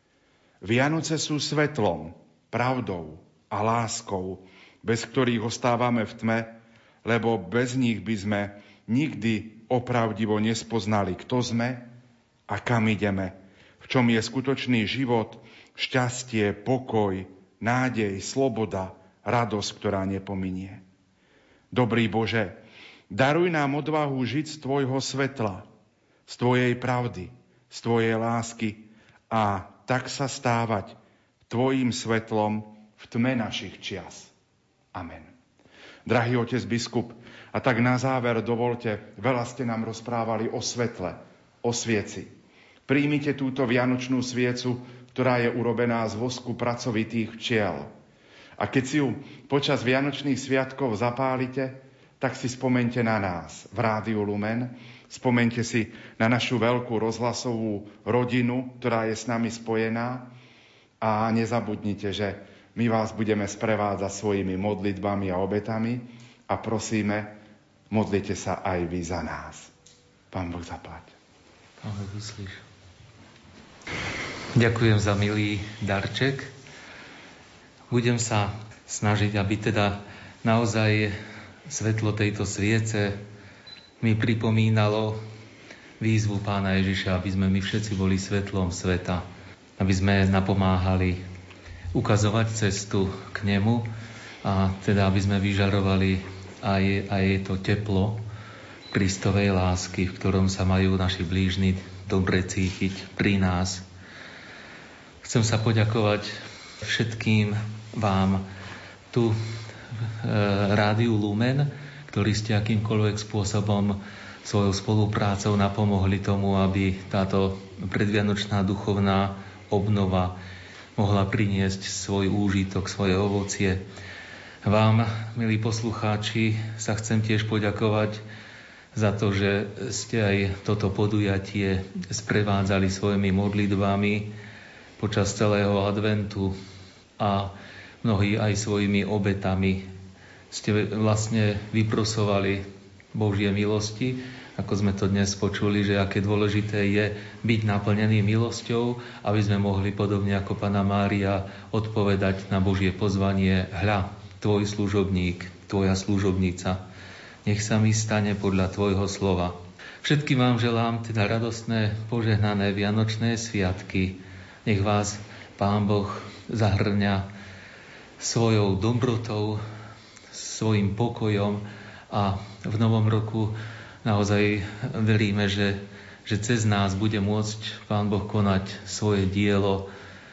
Vianoce sú svetlom, pravdou a láskou, bez ktorých ostávame v tme, lebo bez nich by sme nikdy opravdivo nespoznali, kto sme a kam ideme, v čom je skutočný život, šťastie, pokoj, nádej, sloboda, radosť, ktorá nepominie. Dobrý Bože, daruj nám odvahu žiť z Tvojho svetla, z Tvojej pravdy, z Tvojej lásky a tak sa stávať Tvojím svetlom v tme našich čias. Amen. Drahý otec biskup, a tak na záver dovolte, veľa ste nám rozprávali o svetle, o svieci. Príjmite túto vianočnú sviecu, ktorá je urobená z vosku pracovitých včiel. A keď si ju počas vianočných sviatkov zapálite, tak si spomente na nás v Rádiu Lumen, spomente si na našu veľkú rozhlasovú rodinu, ktorá je s nami spojená, A nezabudnite, že my vás budeme sprevádzať svojimi modlitbami a obetami a prosíme, modlite sa aj vy za nás. Pán Boh zaplať. Pán Boh vyslíš. Ďakujem za milý darček. Budem sa snažiť, aby teda naozaj svetlo tejto sviece mi pripomínalo výzvu Pána Ježiša, aby sme my všetci boli svetlom sveta, aby sme napomáhali ukazovať cestu k nemu a teda aby sme vyžarovali aj to teplo Kristovej lásky, v ktorom sa majú naši blížni dobre cítiť pri nás. Chcem sa poďakovať všetkým vám tu Rádiu Lumen, ktorí ste akýmkoľvek spôsobom svojou spoluprácou napomohli tomu, aby táto predvianočná duchovná obnova mohla priniesť svoj úžitok, svoje ovocie. Vám, milí poslucháči, sa chcem tiež poďakovať za to, že ste aj toto podujatie sprevádzali svojimi modlitbami počas celého adventu a mnohí aj svojimi obetami. Ste vlastne vyprosovali Božie milosti, ako sme to dnes počuli, že aké dôležité je byť naplnený milosťou, aby sme mohli podobne ako Panna Mária odpovedať na Božie pozvanie: hľa, tvoj služobník, tvoja služobnica, nech sa mi stane podľa tvojho slova. Všetkým vám želám teda radostné, požehnané vianočné sviatky. Nech vás Pán Boh zahrňa svojou dobrotou, svojim pokojom a v novom roku naozaj veríme, že cez nás bude môcť Pán Boh konať svoje dielo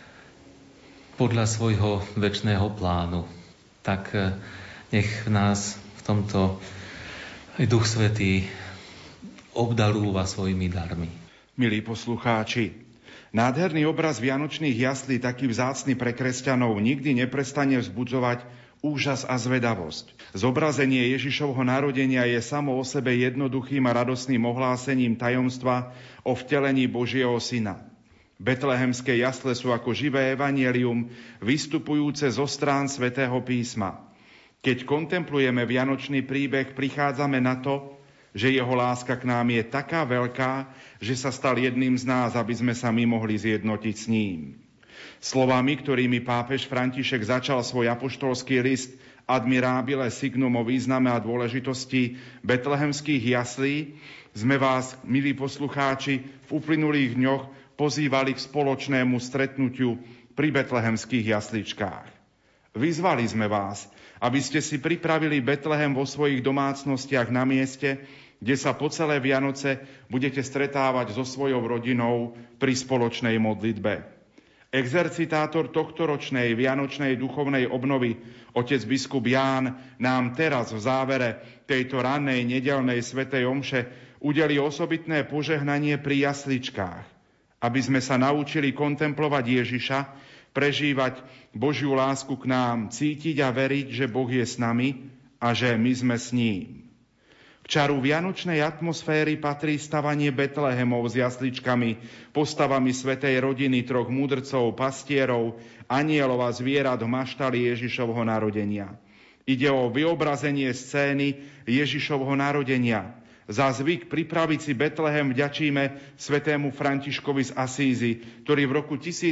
podľa svojho večného plánu. Tak nech nás v tomto Duch Svätý obdarúva svojimi darmi. Milí poslucháči, nádherný obraz vianočných jaslí, taký vzácny pre kresťanov, nikdy neprestane vzbudzovať úžas a zvedavosť. Zobrazenie Ježišovho narodenia je samo o sebe jednoduchým a radosným ohlásením tajomstva o vtelení Božieho Syna. Betlehemské jasle sú ako živé evanjelium, vystupujúce zo strán Svätého písma. Keď kontemplujeme vianočný príbeh, prichádzame na to, že jeho láska k nám je taká veľká, že sa stal jedným z nás, aby sme sa my mohli zjednotiť s ním. Slovami, ktorými pápež František začal svoj apoštolský list Admirabile Signum o význame a dôležitosti betlehemských jaslí, sme vás, milí poslucháči, v uplynulých dňoch pozývali k spoločnému stretnutiu pri betlehemských jasličkách. Vyzvali sme vás, aby ste si pripravili Betlehem vo svojich domácnostiach na mieste, kde sa po celé Vianoce budete stretávať so svojou rodinou pri spoločnej modlitbe. Exercitátor tohtoročnej vianočnej duchovnej obnovy, otec biskup Ján, nám teraz v závere tejto rannej nedeľnej svätej omše udelí osobitné požehnanie pri jasličkách, aby sme sa naučili kontemplovať Ježiša, prežívať Božiu lásku k nám, cítiť a veriť, že Boh je s nami a že my sme s ním. K čaru vianočnej atmosféry patrí stavanie Betlehemov s jasličkami, postavami svätej rodiny, troch múdrcov, pastierov, anielov a zvierat v maštali Ježišovho narodenia. Ide o vyobrazenie scény Ježišovho narodenia. Za zvyk pripraviť si Betlehem vďačíme svätému Františkovi z Asízy, ktorý v roku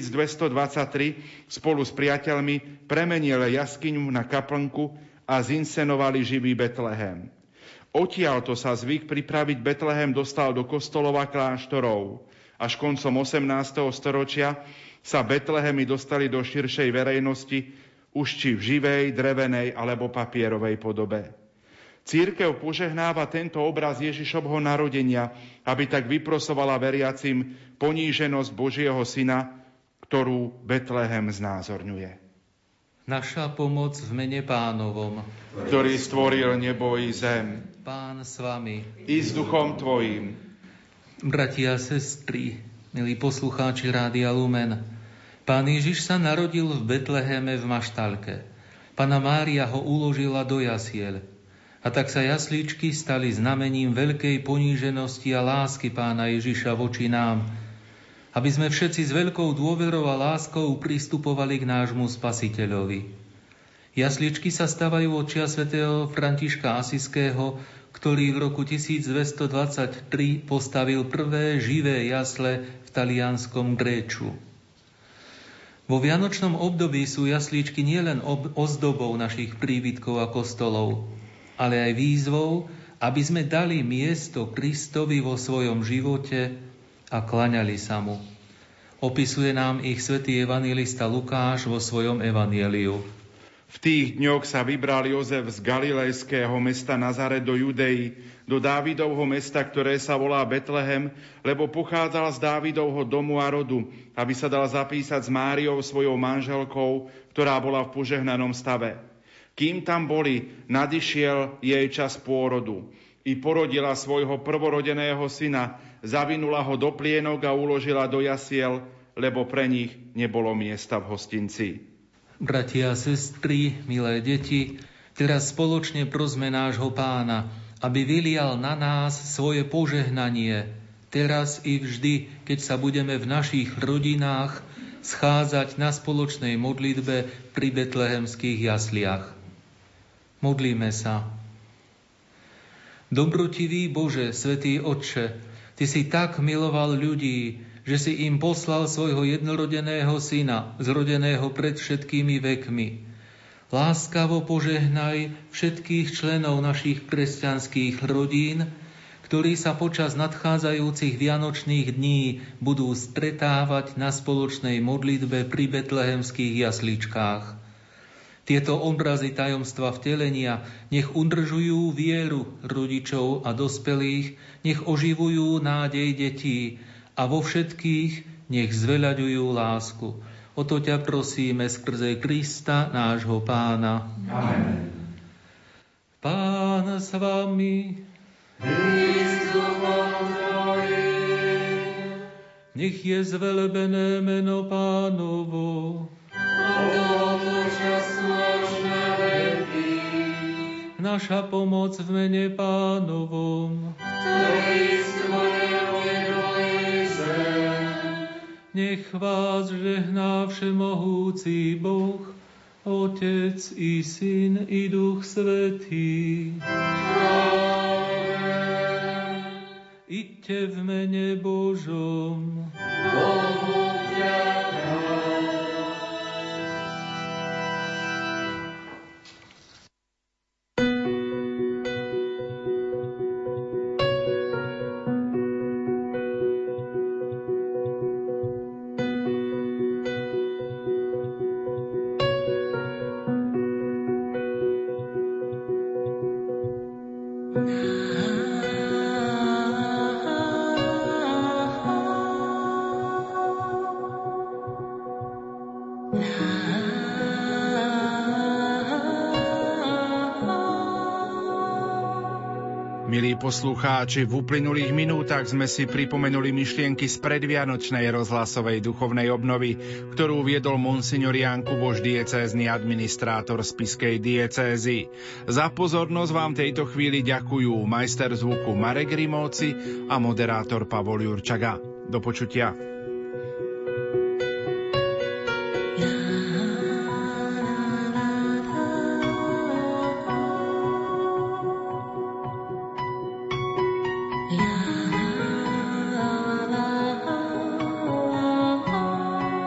1223 spolu s priateľmi premenil jaskyňu na kaplnku a zinscenovali živý Betlehem. Odtiaľto sa zvyk pripraviť Betlehem dostal do kostolov a kláštorov. Až koncom 18. storočia sa Betlehemy dostali do širšej verejnosti, už či v živej, drevenej alebo papierovej podobe. Cirkev požehnáva tento obraz Ježišovho narodenia, aby tak vyprosovala veriacim poníženosť Božieho Syna, ktorú Betlehem znázorňuje. Naša pomoc v mene Pánovom, ktorý stvoril nebo i zem. Pán s vami. I s duchom tvojím. Bratia a sestry, milí poslucháči Rádia Lumen, Pán Ježiš sa narodil v Betleheme v maštálke. Panna Mária ho uložila do jasiel. A tak sa jaslíčky stali znamením veľkej poníženosti a lásky Pána Ježiša voči nám. aby sme všetci s veľkou dôverou a láskou pristupovali k nášmu Spasiteľovi. Jasličky sa stavajú od čias svätého Františka Asiského, ktorý v roku 1223 postavil prvé živé jasle v talianskom Gréču. Vo vianočnom období sú jaslíčky nielen ozdobou našich príbytkov a kostolov, ale aj výzvou, aby sme dali miesto Kristovi vo svojom živote a klaňali sa mu. Opisuje nám ich svätý evanjelista Lukáš vo svojom evanjeliu. V tých dňoch sa vybral Jozef z galilejského mesta Nazaret do Judei, do Dávidovho mesta, ktoré sa volá Betlehem, lebo pochádzal z Dávidovho domu a rodu, aby sa dal zapísať s Máriou, svojou manželkou, ktorá bola v požehnanom stave. Kým tam boli, nadišiel jej čas pôrodu. I porodila svojho prvorodeného syna, zavinula ho do plienok a uložila do jasiel, lebo pre nich nebolo miesta v hostinci. Bratia a sestry, milé deti, teraz spoločne prosme nášho Pána, aby vylial na nás svoje požehnanie, teraz i vždy, keď sa budeme v našich rodinách schádzať na spoločnej modlitbe pri betlehemských jasliach. Modlíme sa. Dobrotivý Bože, svätý Otče, Ty si tak miloval ľudí, že si im poslal svojho jednorodeného syna, zrodeného pred všetkými vekmi. Láskavo požehnaj všetkých členov našich kresťanských rodín, ktorí sa počas nadchádzajúcich vianočných dní budú stretávať na spoločnej modlitbe pri betlehemských jasličkách. Tieto obrazy tajomstva vtelenia nech udržujú vieru rodičov a dospelých, nech oživujú nádej detí, a vo všetkých nech zveľaďujú lásku. O to ťa prosíme skrze Krista, nášho Pána. Amen. Pán s vami. Nech je zvelebené meno Pánovo. Naša pomoc v mene Pánovom. Nech vás žehná všemohúci Boh, Otec i Syn i Duch Svätý. Iďte v mene Božom. Bohu vďaka. Milí poslucháči, v uplynulých minútach sme si pripomenuli myšlienky z predvianočnej rozhlasovej duchovnej obnovy, ktorú viedol monsignor Ján Kuboš, diecézny administrátor spišskej diecézy. Za pozornosť vám tejto chvíli ďakujú majster zvuku Marek Rimóci a moderátor Pavol Jurčaga. Do počutia.